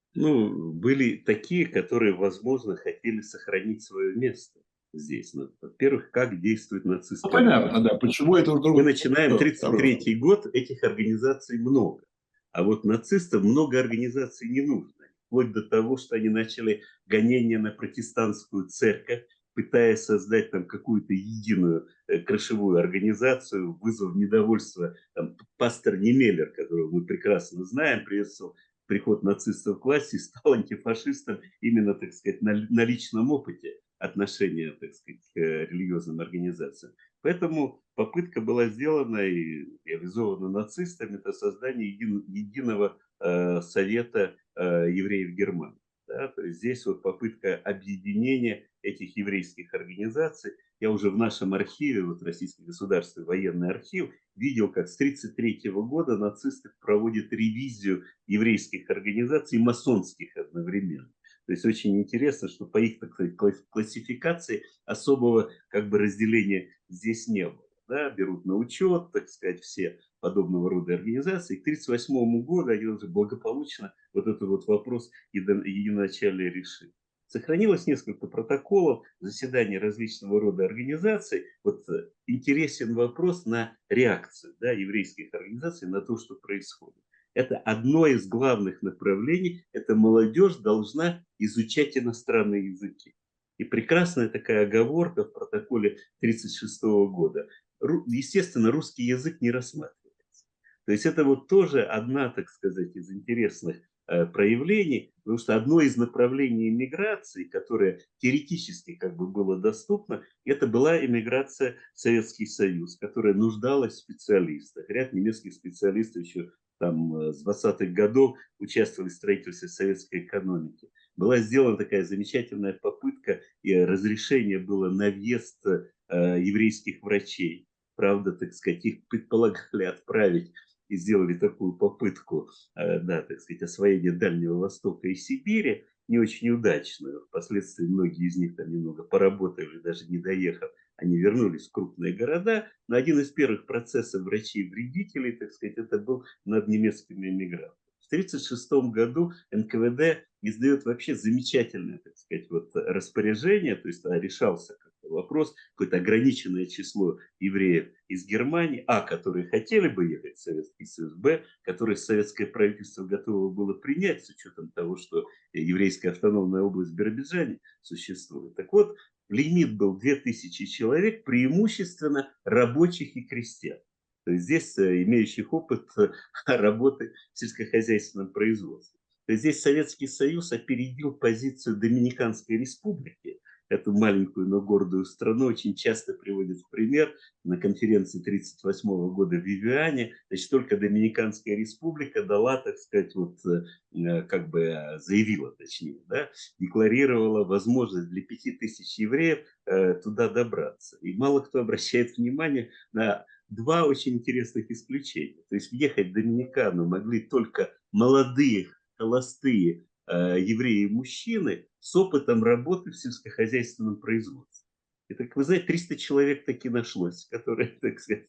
Ну, были такие, которые, возможно, хотели сохранить свое место здесь. Ну, во-первых, как действует Ну, нацистская понятно, да, организация. почему это Мы вдруг... начинаем тридцать третий год, этих организаций много. А вот нацистам много организаций не нужно. Вплоть до того, что они начали гонения на протестантскую церковь, пытаясь создать там какую-то единую э, крышевую организацию, вызвав недовольство. Там, пастор Немеллер, которого мы прекрасно знаем, приветствовал приход нацистов к власти, стал антифашистом именно, так сказать, на, на личном опыте отношения, так сказать, к религиозным организациям. Поэтому попытка была сделана и реализована нацистами, это создание един, единого э, совета э, евреев Германии. Да? То есть здесь вот попытка объединения этих еврейских организаций. Я уже в нашем архиве, вот Российский государственный военный архив, видел, как с тысяча девятьсот тридцать третьего года нацисты проводят ревизию еврейских организаций, масонских одновременно. То есть очень интересно, что по их, так сказать, классификации особого как бы разделения здесь не было. Да, берут на учет, так сказать, все подобного рода организации. К тысяча девятьсот тридцать восьмому году они уже благополучно вот этот вот вопрос единоначалия решили. Сохранилось несколько протоколов заседаний различного рода организаций. Вот интересен вопрос на реакцию, да, еврейских организаций на то, что происходит. Это одно из главных направлений. Это молодежь должна изучать иностранные языки. И прекрасная такая оговорка в протоколе тысяча девятьсот тридцать шестого года. Естественно, русский язык не рассматривается. То есть это вот тоже одна, так сказать, из интересных э, проявлений, потому что одно из направлений иммиграции, которое теоретически как бы было доступно, это была иммиграция в Советский Союз, которая нуждалась в специалистах. Ряд немецких специалистов еще там с двадцатых годов участвовали в строительстве советской экономики. Была сделана такая замечательная попытка, и разрешение было на въезд э, еврейских врачей. Правда, так сказать, их предполагали отправить и сделали такую попытку, э, да, так сказать, освоения Дальнего Востока и Сибири, не очень удачную. Впоследствии многие из них там немного поработали, даже не доехав. Они вернулись в крупные города, но один из первых процессов врачей-вредителей, так сказать, это был над немецкими эмигрантами. В тысяча девятьсот тридцать шестом году эн ка вэ дэ издает вообще замечательное, так сказать, вот распоряжение, то есть решался вопрос, какое-то ограниченное число евреев из Германии, а, которые хотели бы ехать в Советский Союз, б, которые советское правительство готово было принять с учетом того, что еврейская автономная область в Биробиджане существует. Так вот, лимит был две тысячи человек, преимущественно рабочих и крестьян. То есть здесь имеющих опыт работы в сельскохозяйственном производстве. То есть здесь Советский Союз опередил позицию Доминиканской Республики. Эту маленькую, но гордую страну очень часто приводят в пример на конференции тысяча девятьсот тридцать восьмого года в Вивиане. Значит, только Доминиканская Республика дала, так сказать, вот, как бы заявила, точнее, да, декларировала возможность для пяти тысяч евреев туда добраться. И мало кто обращает внимание на два очень интересных исключения. То есть въехать в Доминикану могли только молодые, холостые э, евреи и мужчины с опытом работы в сельскохозяйственном производстве. И, так вы знаете, триста человек таки нашлось, которые, так сказать,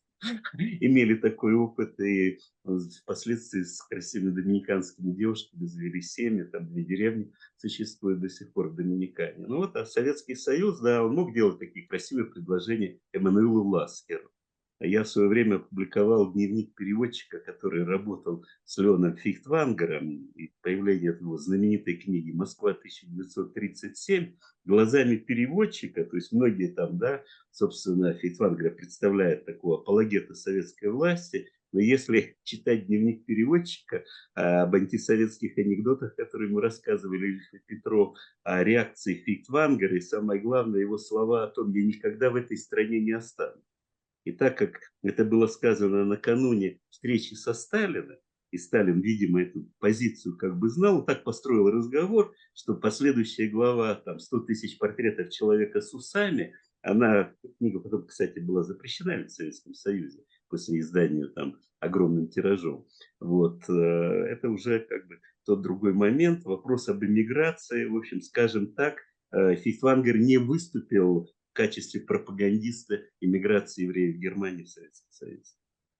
имели такой опыт и впоследствии с красивыми доминиканскими девушками завели семьи, там две деревни существуют до сих пор в Доминикане. Ну вот, а Советский Союз, да, он мог делать такие красивые предложения Эммануилу Ласкеру. Я в свое время опубликовал дневник переводчика, который работал с Леоном Фихтвангером, и появление его знаменитой книги «Москва тысяча девятьсот тридцать семь» глазами переводчика, то есть многие там, да, собственно, Фихтвангера представляют такого апологета советской власти, но если читать дневник переводчика об антисоветских анекдотах, которые мы рассказывали, Ильф Петров, о реакции Фихтвангера, и самое главное, его слова о том, я никогда в этой стране не останусь. И так как это было сказано накануне встречи со Сталиным, и Сталин, видимо, эту позицию как бы знал, он так построил разговор, что последующая глава, там, сто тысяч портретов человека с усами, Она, книга потом, кстати, была запрещена в Советском Союзе после издания там огромным тиражом. Вот, это уже как бы тот другой момент, вопрос об эмиграции, в общем, скажем так, Фейхтвангер не выступил в качестве пропагандиста эмиграции евреев в Германии в Советский Союз.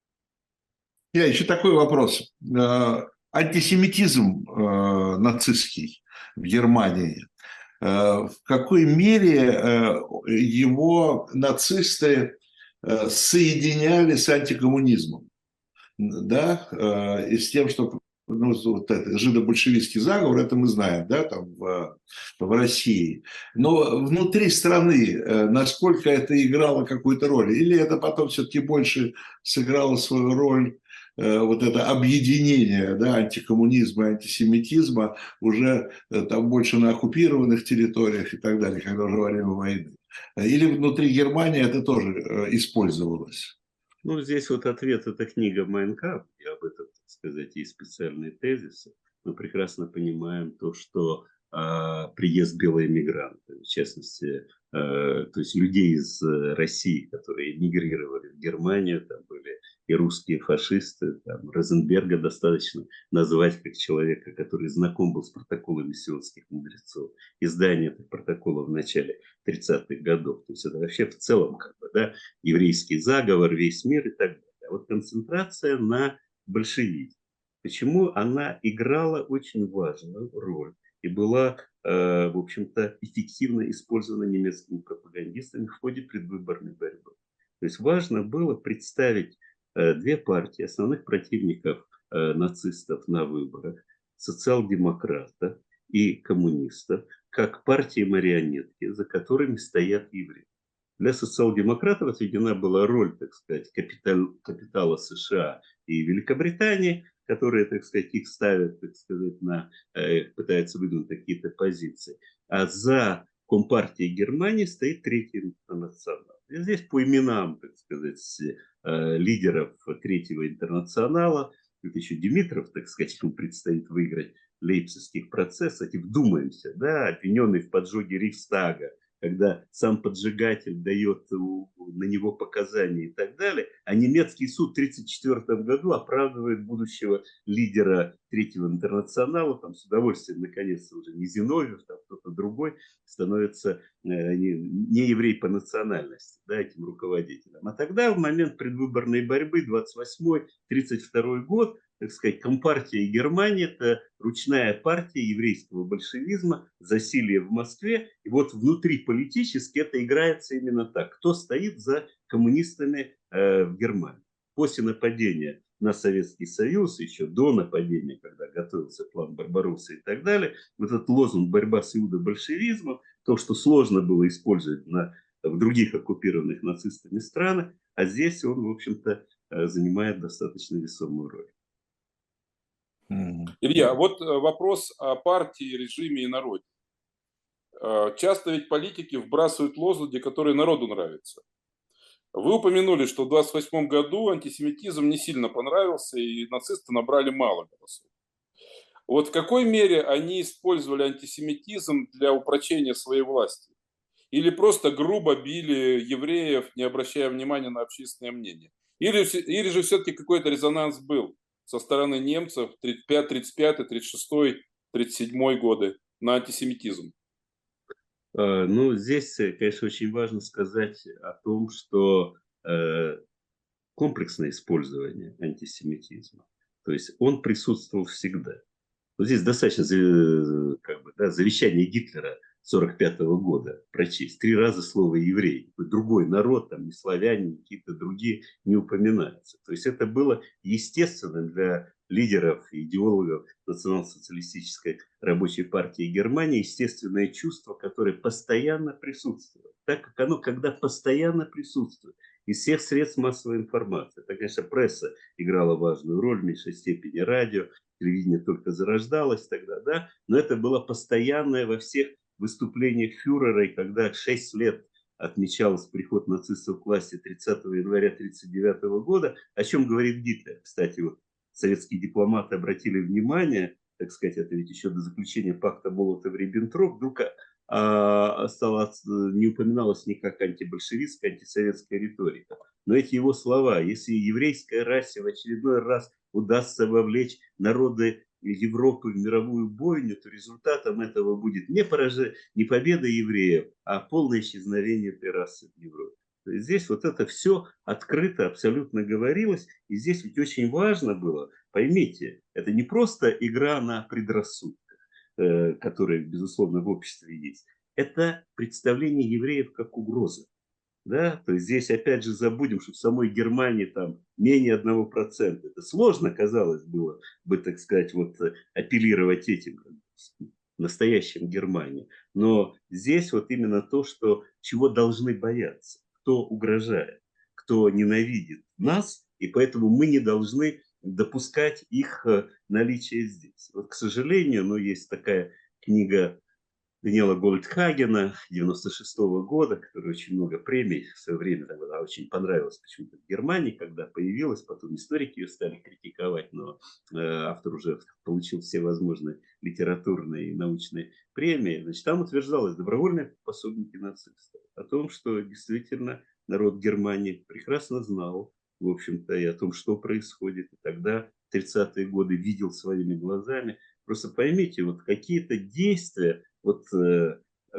Я еще такой вопрос. Антисемитизм нацистский в Германии, в какой мере его нацисты соединяли с антикоммунизмом, да, и с тем, что, ну, вот это, жидо-большевистский заговор, это мы знаем, да, там в, в России. Но внутри страны насколько это играло какую-то роль? Или это потом все-таки больше сыграло свою роль, вот это объединение, да, антикоммунизма и антисемитизма уже там больше на оккупированных территориях и так далее, когда уже во время войны? Или внутри Германии это тоже использовалось? Ну, здесь вот ответ – это книга «Майн кампф», и об этом, так сказать, есть специальные тезисы. Мы прекрасно понимаем то, что э, приезд белых мигрантов, в частности, э, то есть людей из России, которые эмигрировали в Германию, там были и русские фашисты, там, Розенберга достаточно назвать как человека, который знаком был с протоколами сионских мудрецов, издание этих протоколов в начале тридцатых годов. То есть это вообще в целом как бы, да, еврейский заговор, весь мир и так далее. А вот концентрация на большевизме. Почему она играла очень важную роль и была, э, в общем-то, эффективно использована немецкими пропагандистами в ходе предвыборной борьбы. То есть важно было представить э, две партии основных противников э, нацистов на выборах, социал-демократа и коммуниста, как партии-марионетки, за которыми стоят евреи. Для социал-демократов отведена была роль, так сказать, капитал, капитала США и Великобритании, которые, так сказать, их ставят, так сказать, на, э, пытаются выдвинуть какие-то позиции. А за Компартией Германии стоит Третий интернационал. И здесь по именам, так сказать, э, лидеров Третьего интернационала, это еще Димитров, так сказать, ему предстоит выиграть лейпцигских процессов, и вдумаемся, да, обвиненный в поджоге Рейхстага, когда сам поджигатель дает на него показания и так далее, а немецкий суд в тысяча девятьсот тридцать четвёртом году оправдывает будущего лидера Третьего интернационала, там с удовольствием, наконец, уже не Зиновьев, там кто-то другой становится э, не, не еврей по национальности, да, этим руководителем. А тогда в момент предвыборной борьбы двадцать восьмой тридцать второй год, так сказать, Компартия Германии – это ручная партия еврейского большевизма, засилье в Москве. И вот внутри политически это играется именно так. Кто стоит за коммунистами э, в Германии? После нападения на Советский Союз, еще до нападения, когда готовился план Барбаросса и так далее, вот этот лозунг «борьба с иудо-большевизмом», то, что сложно было использовать на, в других оккупированных нацистами странах, а здесь он, в общем-то, занимает достаточно весомую роль. Илья, вот вопрос о партии, режиме и народе. Часто ведь политики вбрасывают лозунги, которые народу нравятся. Вы упомянули, что в двадцать восьмом году антисемитизм не сильно понравился, и нацисты набрали мало голосов. Вот в какой мере они использовали антисемитизм для упрочения своей власти? Или просто грубо били евреев, не обращая внимания на общественное мнение? Или, или же все-таки какой-то резонанс был со стороны немцев тридцать пятый, тридцать пятый, тридцать шестой, тридцать седьмой годы на антисемитизм? Ну, здесь, конечно, очень важно сказать о том, что э, комплексное использование антисемитизма, то есть он присутствовал всегда. Вот здесь достаточно как бы, да, завещание Гитлера сорок пятого года прочесть. Три раза слово «еврей». Другой народ, там, не славяне, какие-то другие не упоминаются. То есть это было естественным для лидеров и идеологов национал-социалистической рабочей партии Германии, естественное чувство, которое постоянно присутствует. Так как оно, когда постоянно присутствует из всех средств массовой информации. Это, конечно, пресса играла важную роль, в меньшей степени радио, телевидение только зарождалось тогда, да, но это было постоянное во всех выступлениях фюрера, и когда шесть лет отмечался приход нацистов к власти тридцатого января тысяча девятьсот тридцать девятого года, о чем говорит Гитлер. Кстати, вот советские дипломаты обратили внимание, так сказать, это ведь еще до заключения пакта Молотова-Риббентроп, вдруг а, стала, не упоминалась никак антибольшевистская, антисоветская риторика. Но эти его слова: если еврейской расе в очередной раз удастся вовлечь народы Европы в мировую бойню, то результатом этого будет не, пораж... не победа евреев, а полное исчезновение этой расы в Европе. То есть здесь вот это все открыто абсолютно говорилось. И здесь ведь очень важно было, поймите, это не просто игра на предрассудках, э, которые, безусловно, в обществе есть. Это представление евреев как угрозы. Да? То есть здесь опять же забудем, что в самой Германии там менее одного процента. Это сложно, казалось, было бы, так сказать, вот апеллировать этим настоящим Германии. Но здесь вот именно то, что чего должны бояться, кто угрожает, кто ненавидит нас, и поэтому мы не должны допускать их наличие здесь. Вот, к сожалению, но есть такая книга Даниэла Гольдхагена девяносто шестого года, который очень много премий в свое время, тогда очень понравилась почему-то в Германии, когда появилась, потом историки ее стали критиковать, но э, автор уже получил все возможные литературные и научные премии. Значит, там утверждалось: добровольные пособники нацистов, о том, что действительно народ Германии прекрасно знал, в общем-то, и о том, что происходит, и тогда в тридцатые годы видел своими глазами. Просто поймите, вот какие-то действия, вот э,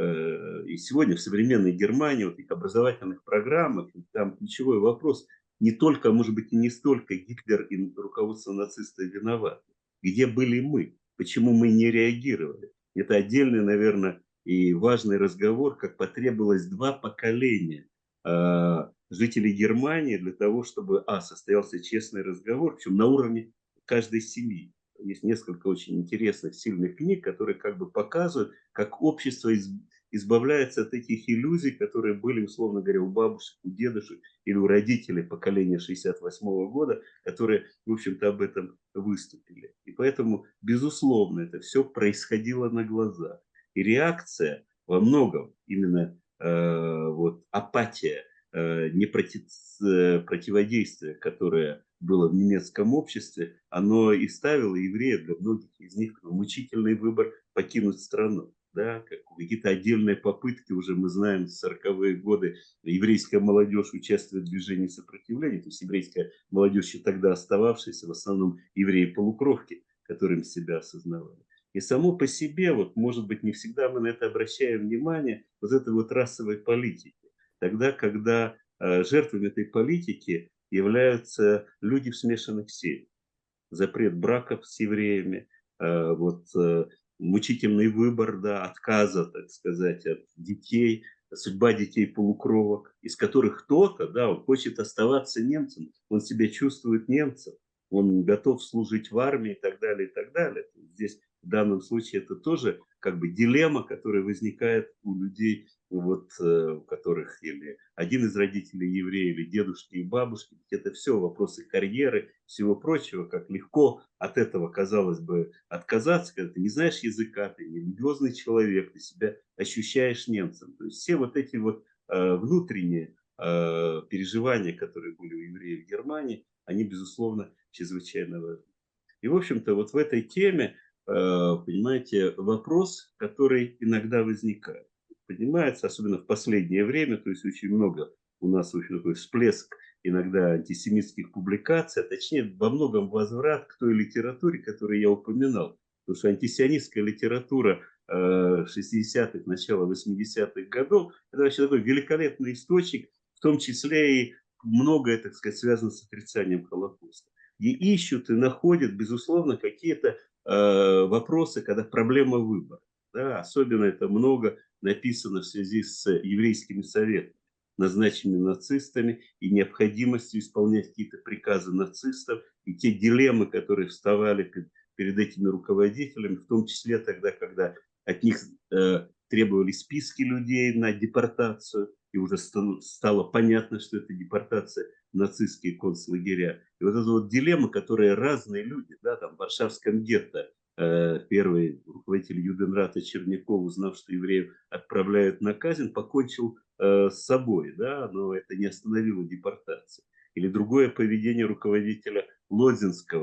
э, и сегодня в современной Германии, вот их образовательных программах, там ключевой вопрос не только, может быть, и не столько Гитлер и руководство нацистов виноваты. Где были мы? Почему мы не реагировали? Это отдельный, наверное, и важный разговор, как потребовалось два поколения э, жителей Германии для того, чтобы, а, состоялся честный разговор, причем на уровне каждой семьи. Есть несколько очень интересных, сильных книг, которые как бы показывают, как общество избавляется от этих иллюзий, которые были, условно говоря, у бабушек, у дедушек или у родителей поколения шестьдесят восьмого года, которые, в общем-то, об этом выступили. И поэтому, безусловно, это все происходило на глазах. И реакция во многом, именно э, вот апатия, э, не против, э, противодействие, которое было в немецком обществе, оно и ставило евреев, для многих из них, на мучительный выбор покинуть страну. Да, как какие-то отдельные попытки, уже мы знаем, в сороковые годы еврейская молодежь участвует в движении сопротивления, то есть еврейская молодежь, еще тогда остававшаяся, в основном евреи-полукровки, которым себя осознавали. И само по себе, вот, может быть, не всегда мы на это обращаем внимание, вот этой вот расовой политики. Тогда, когда э, жертвами этой политики являются люди в смешанных семьях. Запрет браков с евреями, э, вот, э, мучительный выбор, да, отказа, так сказать, от детей, судьба детей полукровок, из которых кто-то, да, он хочет оставаться немцем, он себя чувствует немцем, он готов служить в армии и так далее, и так далее. Здесь в данном случае это тоже как бы дилемма, которая возникает у людей, вот, у которых или один из родителей евреи, или дедушки и бабушки. Это все вопросы карьеры, всего прочего, как легко от этого, казалось бы, отказаться, когда ты не знаешь языка, ты не религиозный человек, ты себя ощущаешь немцем. То есть все вот эти вот э, внутренние э, переживания, которые были у евреев в Германии, они, безусловно, чрезвычайно важны. И, в общем-то, вот в этой теме, понимаете, вопрос, который иногда возникает. Поднимается, особенно в последнее время, то есть очень много у нас, в общем, такой всплеск иногда антисемитских публикаций, а точнее во многом возврат к той литературе, которую я упоминал. Потому что антисионистская литература шестидесятых, начала восьмидесятых годов, это вообще такой великолепный источник, в том числе и многое, так сказать, связано с отрицанием Холокоста. И ищут и находят, безусловно, какие-то э, вопросы, когда проблема выбора. Да, особенно это много написано в связи с еврейскими советами, назначенными нацистами, и необходимостью исполнять какие-то приказы нацистов, и те дилеммы, которые вставали перед, перед этими руководителями, в том числе тогда, когда от них э, требовали списки людей на депортацию, и уже стало, стало понятно, что это депортация в нацистские концлагеря. И вот эта вот дилемма, которые разные люди, да, там в Варшавском гетто, э, первый руководитель Юденрата Черняков, узнав, что евреев отправляют на казнь, покончил э, с собой, да, но это не остановило депортацию. Или другое поведение руководителя Лодзинского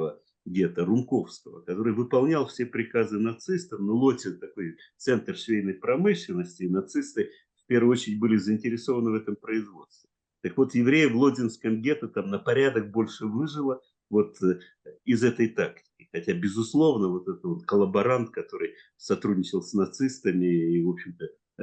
гетто Румковского, который выполнял все приказы нацистов, но Лодзь такой центр швейной промышленности, и нацисты в первую очередь были заинтересованы в этом производстве. Так вот, евреев в Лодзинском гетто там на порядок больше выжило вот из этой тактики. Хотя, безусловно, вот этот вот коллаборант, который сотрудничал с нацистами и, в общем-то,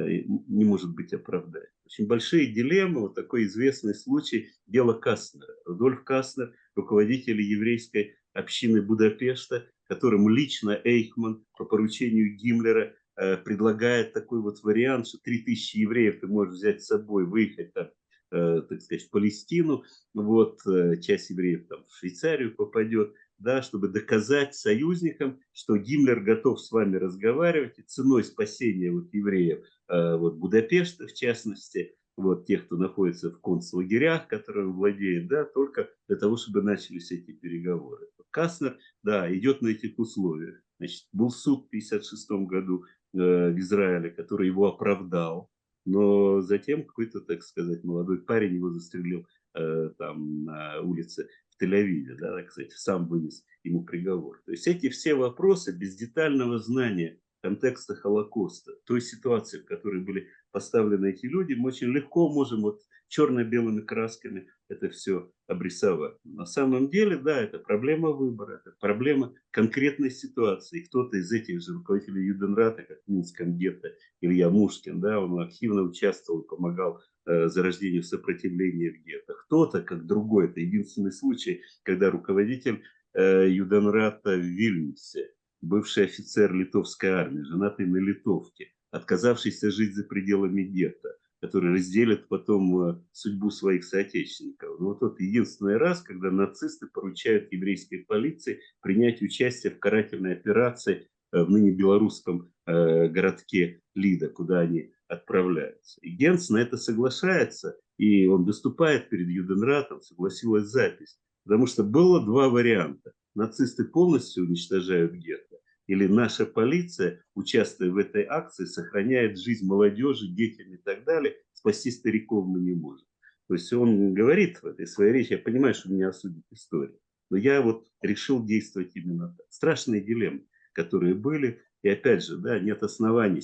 не может быть оправданием. Очень большие дилеммы. Вот такой известный случай – дело Кастнера. Рудольф Кастнер, руководитель еврейской общины Будапешта, которому лично Эйхман по поручению Гиммлера э, предлагает такой вот вариант, что три тысячи евреев ты можешь взять с собой, выехать там, э, так сказать, в Палестину, вот, э, часть евреев там в Швейцарию попадет, да, чтобы доказать союзникам, что Гиммлер готов с вами разговаривать, и ценой спасения вот евреев, э, вот Будапешта в частности, вот тех, кто находится в концлагерях, которым владеет, да, только для того, чтобы начались эти переговоры. Кастнер, да, идет на этих условиях. Значит, был суд в пятьдесят шестом году э, в Израиле, который его оправдал, но затем какой-то, так сказать, молодой парень его застрелил э, там на улице в Тель-Авиве, да, так сказать, сам вынес ему приговор. То есть эти все вопросы без детального знания контекста Холокоста, той ситуации, в которой были поставлены эти люди, мы очень легко можем вот черно-белыми красками это все обрисовать. На самом деле, да, это проблема выбора, это проблема конкретной ситуации. Кто-то из этих же руководителей Юденрата, как в Минском гетто, Илья Мушкин, да, он активно участвовал и помогал э, зарождению сопротивления в гетто. Кто-то, как другой, это единственный случай, когда руководитель э, Юденрата в Вильнюсе, бывший офицер литовской армии, женатый на литовке, отказавшийся жить за пределами гетто, который разделит потом судьбу своих соотечественников. Но вот тот единственный раз, когда нацисты поручают еврейской полиции принять участие в карательной операции в ныне белорусском э, городке Лида, куда они отправляются. И Генц на это соглашается, и он выступает перед Юденратом, согласилась запись. Потому что было два варианта. Нацисты полностью уничтожают гетто, или наша полиция, участвуя в этой акции, сохраняет жизнь молодежи, детям и так далее. Спасти стариков мы не можем. То есть он говорит в этой своей речи, я понимаю, что меня осудит история, но я вот решил действовать именно так. Страшные дилеммы, которые были, и опять же, да, нет оснований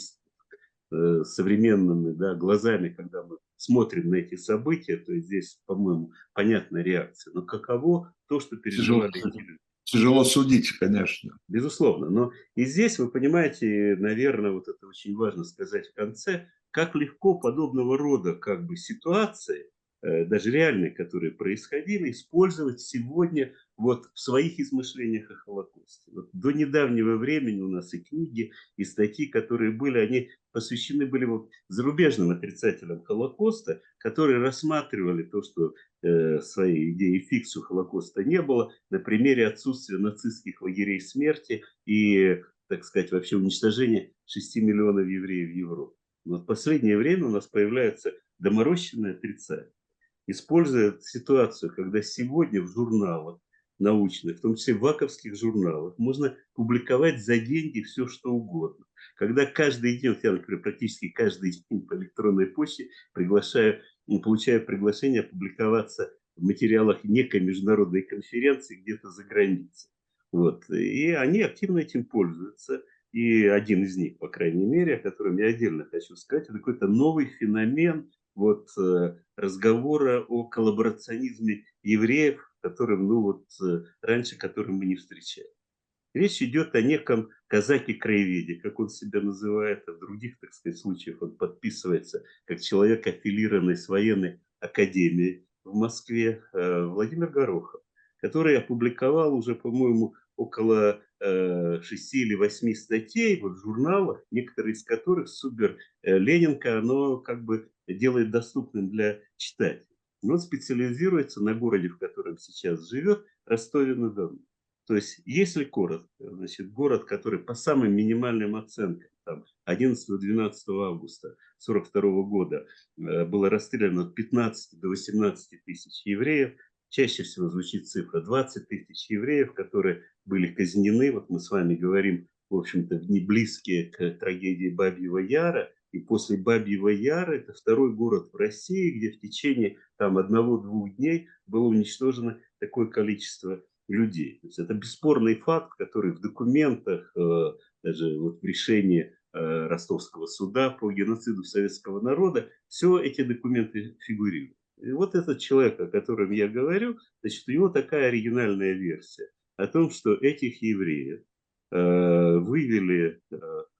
э, современными, да, глазами, когда мы смотрим на эти события, то есть здесь, по-моему, понятная реакция. Но каково то, что переживали Тяжело, эти люди? тяжело судить, конечно. Безусловно. Но и здесь, вы понимаете, наверное, вот это очень важно сказать в конце, как легко подобного рода как бы ситуации, э, даже реальные, которые происходили, использовать сегодня вот в своих измышлениях о Холокосте. Вот до недавнего времени у нас и книги, и статьи, которые были, они посвящены были вот зарубежным отрицателям Холокоста, которые рассматривали то, что э, своей идеи фиксу Холокоста не было, на примере отсутствия нацистских лагерей смерти и, так сказать, вообще уничтожения шести миллионов евреев в Европе. Но в последнее время у нас появляется доморощенное отрицание. Используя ситуацию, когда сегодня в журналах научных, в том числе в ваковских журналах, можно публиковать за деньги все, что угодно. Когда каждый день, я, например, практически каждый день по электронной почте приглашаю, получаю приглашение опубликоваться в материалах некой международной конференции где-то за границей. Вот. И они активно этим пользуются. И один из них, по крайней мере, о котором я отдельно хочу сказать, это какой-то новый феномен вот, разговора о коллаборационизме евреев, которым, ну вот, раньше которым мы не встречали. Речь идет о неком казаке-краеведе, как он себя называет, а в других, так сказать, случаях он подписывается как человек, аффилированный с военной академией в Москве, Владимир Горохов, который опубликовал уже, по-моему, около э, шести или восьми статей вот, в журналах, некоторые из которых Супер Ленинка, оно как бы делает доступным для читателей. Он специализируется на городе, в котором сейчас живет, Ростове-на-Дону. То есть, если коротко, значит, город, который по самым минимальным оценкам, там, одиннадцатого-двенадцатого августа сорок второго года э, было расстреляно от пятнадцати до восемнадцати тысяч евреев, чаще всего звучит цифра двадцать тысяч евреев, которые были казнены. Вот мы с вами говорим, в общем-то, в дни близкие к трагедии Бабьего Яра. И после Бабьего Яра это второй город в России, где в течение там одного-двух дней было уничтожено такое количество людей. То есть это бесспорный факт, который в документах, даже вот в решении Ростовского суда по геноциду советского народа, все эти документы фигурируют. И вот этот человек, о котором я говорю, значит, у него такая оригинальная версия о том, что этих евреев э, вывели э,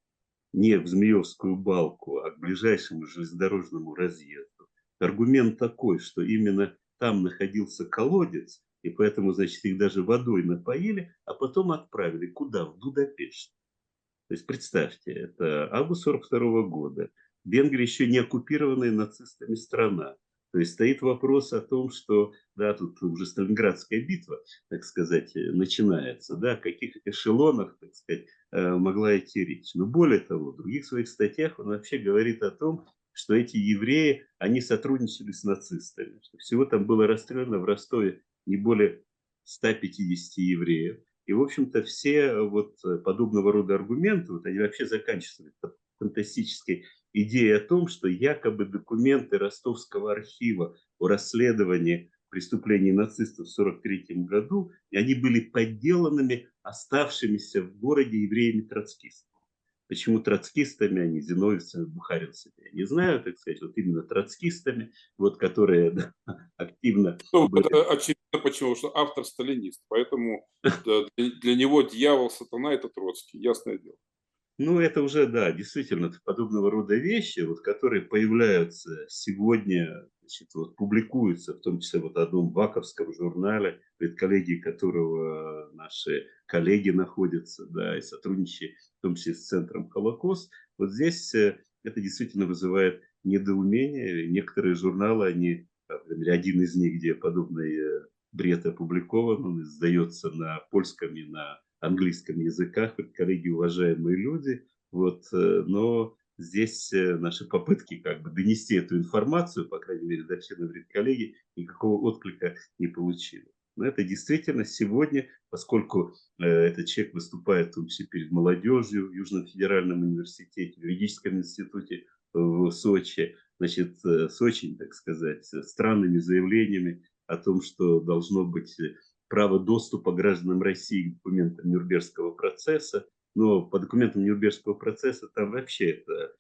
не в Змеевскую балку, а к ближайшему железнодорожному разъезду. Аргумент такой, что именно там находился колодец, и поэтому, значит, их даже водой напоили, а потом отправили куда? В Будапешт. То есть представьте, это август сорок второго года. Венгрия еще не оккупированная нацистами страна. То есть стоит вопрос о том, что, да, тут уже Сталинградская битва, так сказать, начинается, да, о каких эшелонах, так сказать, могла идти речь. Но более того, в других своих статьях он вообще говорит о том, что эти евреи, они сотрудничали с нацистами. Что всего там было расстреляно в Ростове не более ста пятидесяти евреев. И, в общем-то, все вот подобного рода аргументы, вот они вообще заканчиваются фантастической идеей о том, что якобы документы Ростовского архива о расследовании преступлений нацистов в сорок третьем году, и они были подделанными оставшимися в городе евреями-троцкистами. Почему троцкистами, а не зиновьевцами, бухаринцами? Я не знаю, так сказать, вот именно троцкистами, вот, которые да, активно... Ну, были... это очевидно почему, что автор сталинист, поэтому для, для него дьявол, сатана – это Троцкий, ясное дело. Ну, это уже, да, действительно, подобного рода вещи, вот, которые появляются сегодня, значит, вот, публикуются, в том числе вот в одном ваковском журнале, в редколлегии которого наши коллеги находятся, да, и сотрудничают, в том числе с Центром Холокост. Вот здесь это действительно вызывает недоумение. Некоторые журналы, они, например, один из них, где подобный бред опубликован, он издается на польском и на английском языках, коллеги, уважаемые люди, вот, но здесь наши попытки как бы донести эту информацию, по крайней мере, до членов редколлегии, никакого отклика не получили. Но это действительно сегодня, поскольку э, этот человек выступает в том числе перед молодежью в Южном федеральном университете, в юридическом институте в Сочи, значит, с очень, так сказать, странными заявлениями о том, что должно быть право доступа гражданам России к документам Нюрнбергского процесса. Но по документам Нюрнбергского процесса там вообще это э,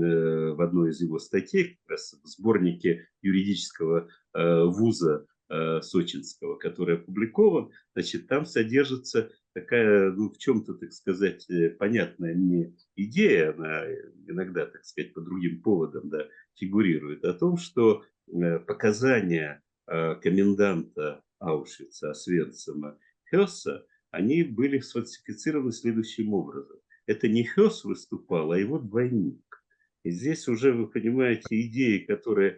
в одной из его статей, как раз в сборнике юридического э, вуза э, сочинского, который опубликован, значит, там содержится такая, ну, в чем-то, так сказать, понятная мне идея, она иногда, так сказать, по другим поводам, да, фигурирует, о том, что э, показания э, коменданта Аушвица, Освенцима, Хесса, они были сфальсифицированы следующим образом. Это не Хесс выступал, а его двойник. И здесь уже, вы понимаете, идеи, которые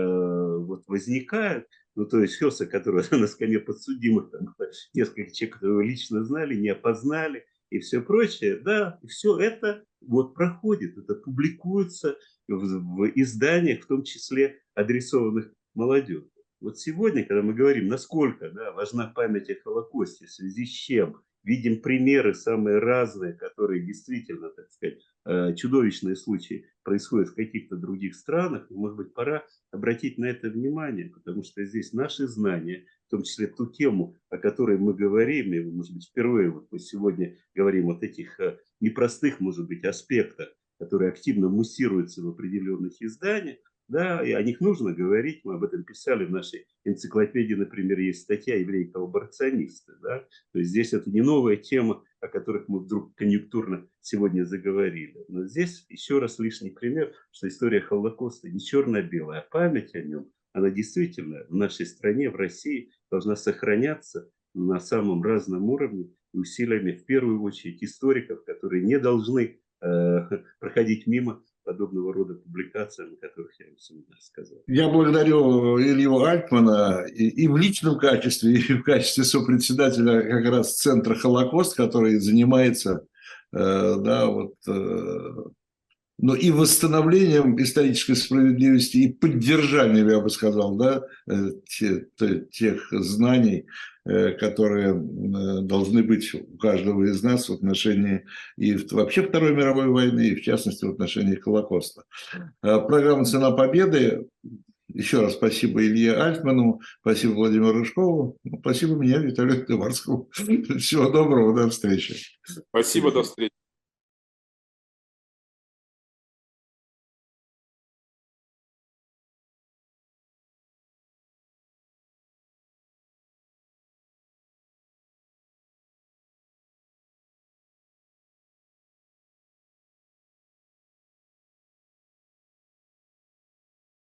э, вот возникают, ну, то есть Хесса, который на скамье подсудимых, там, несколько человек, которые его лично знали, не опознали и все прочее, да, и все это вот проходит, это публикуется в, в изданиях, в том числе адресованных молодежи. Вот сегодня, когда мы говорим, насколько, да, важна память о Холокосте, в связи с чем, видим примеры самые разные, которые действительно, так сказать, чудовищные случаи происходят в каких-то других странах, может быть, пора обратить на это внимание, потому что здесь наши знания, в том числе ту тему, о которой мы говорим, и, может быть, впервые вот мы сегодня говорим вот этих непростых, может быть, аспектах, которые активно муссируются в определенных изданиях, да, и о них нужно говорить, мы об этом писали в нашей энциклопедии, например, есть статья «Евреи-коллаборационисты», да, то есть здесь это не новая тема, о которых мы вдруг конъюнктурно сегодня заговорили, но здесь еще раз лишний пример, что история Холокоста не черно-белая, а память о нем, она действительно в нашей стране, в России должна сохраняться на самом разном уровне и усилиями, в первую очередь, историков, которые не должны э, проходить мимо подобного рода публикациям, о которых я вам сегодня рассказал. Я благодарю Илью Альтмана и, и в личном качестве, и в качестве сопредседателя как раз Центра Холокост, который занимается э, да, вот, э, ну, и восстановлением исторической справедливости, и поддержанием, я бы сказал, да, те, тех знаний, которые должны быть у каждого из нас в отношении и вообще Второй мировой войны, и в частности в отношении Холокоста. Программа «Цена победы». Еще раз спасибо Илье Альтману, спасибо Владимиру Рыжкову, спасибо мне, Виталию Дымарскому. Всего доброго, до встречи. Спасибо, до встречи.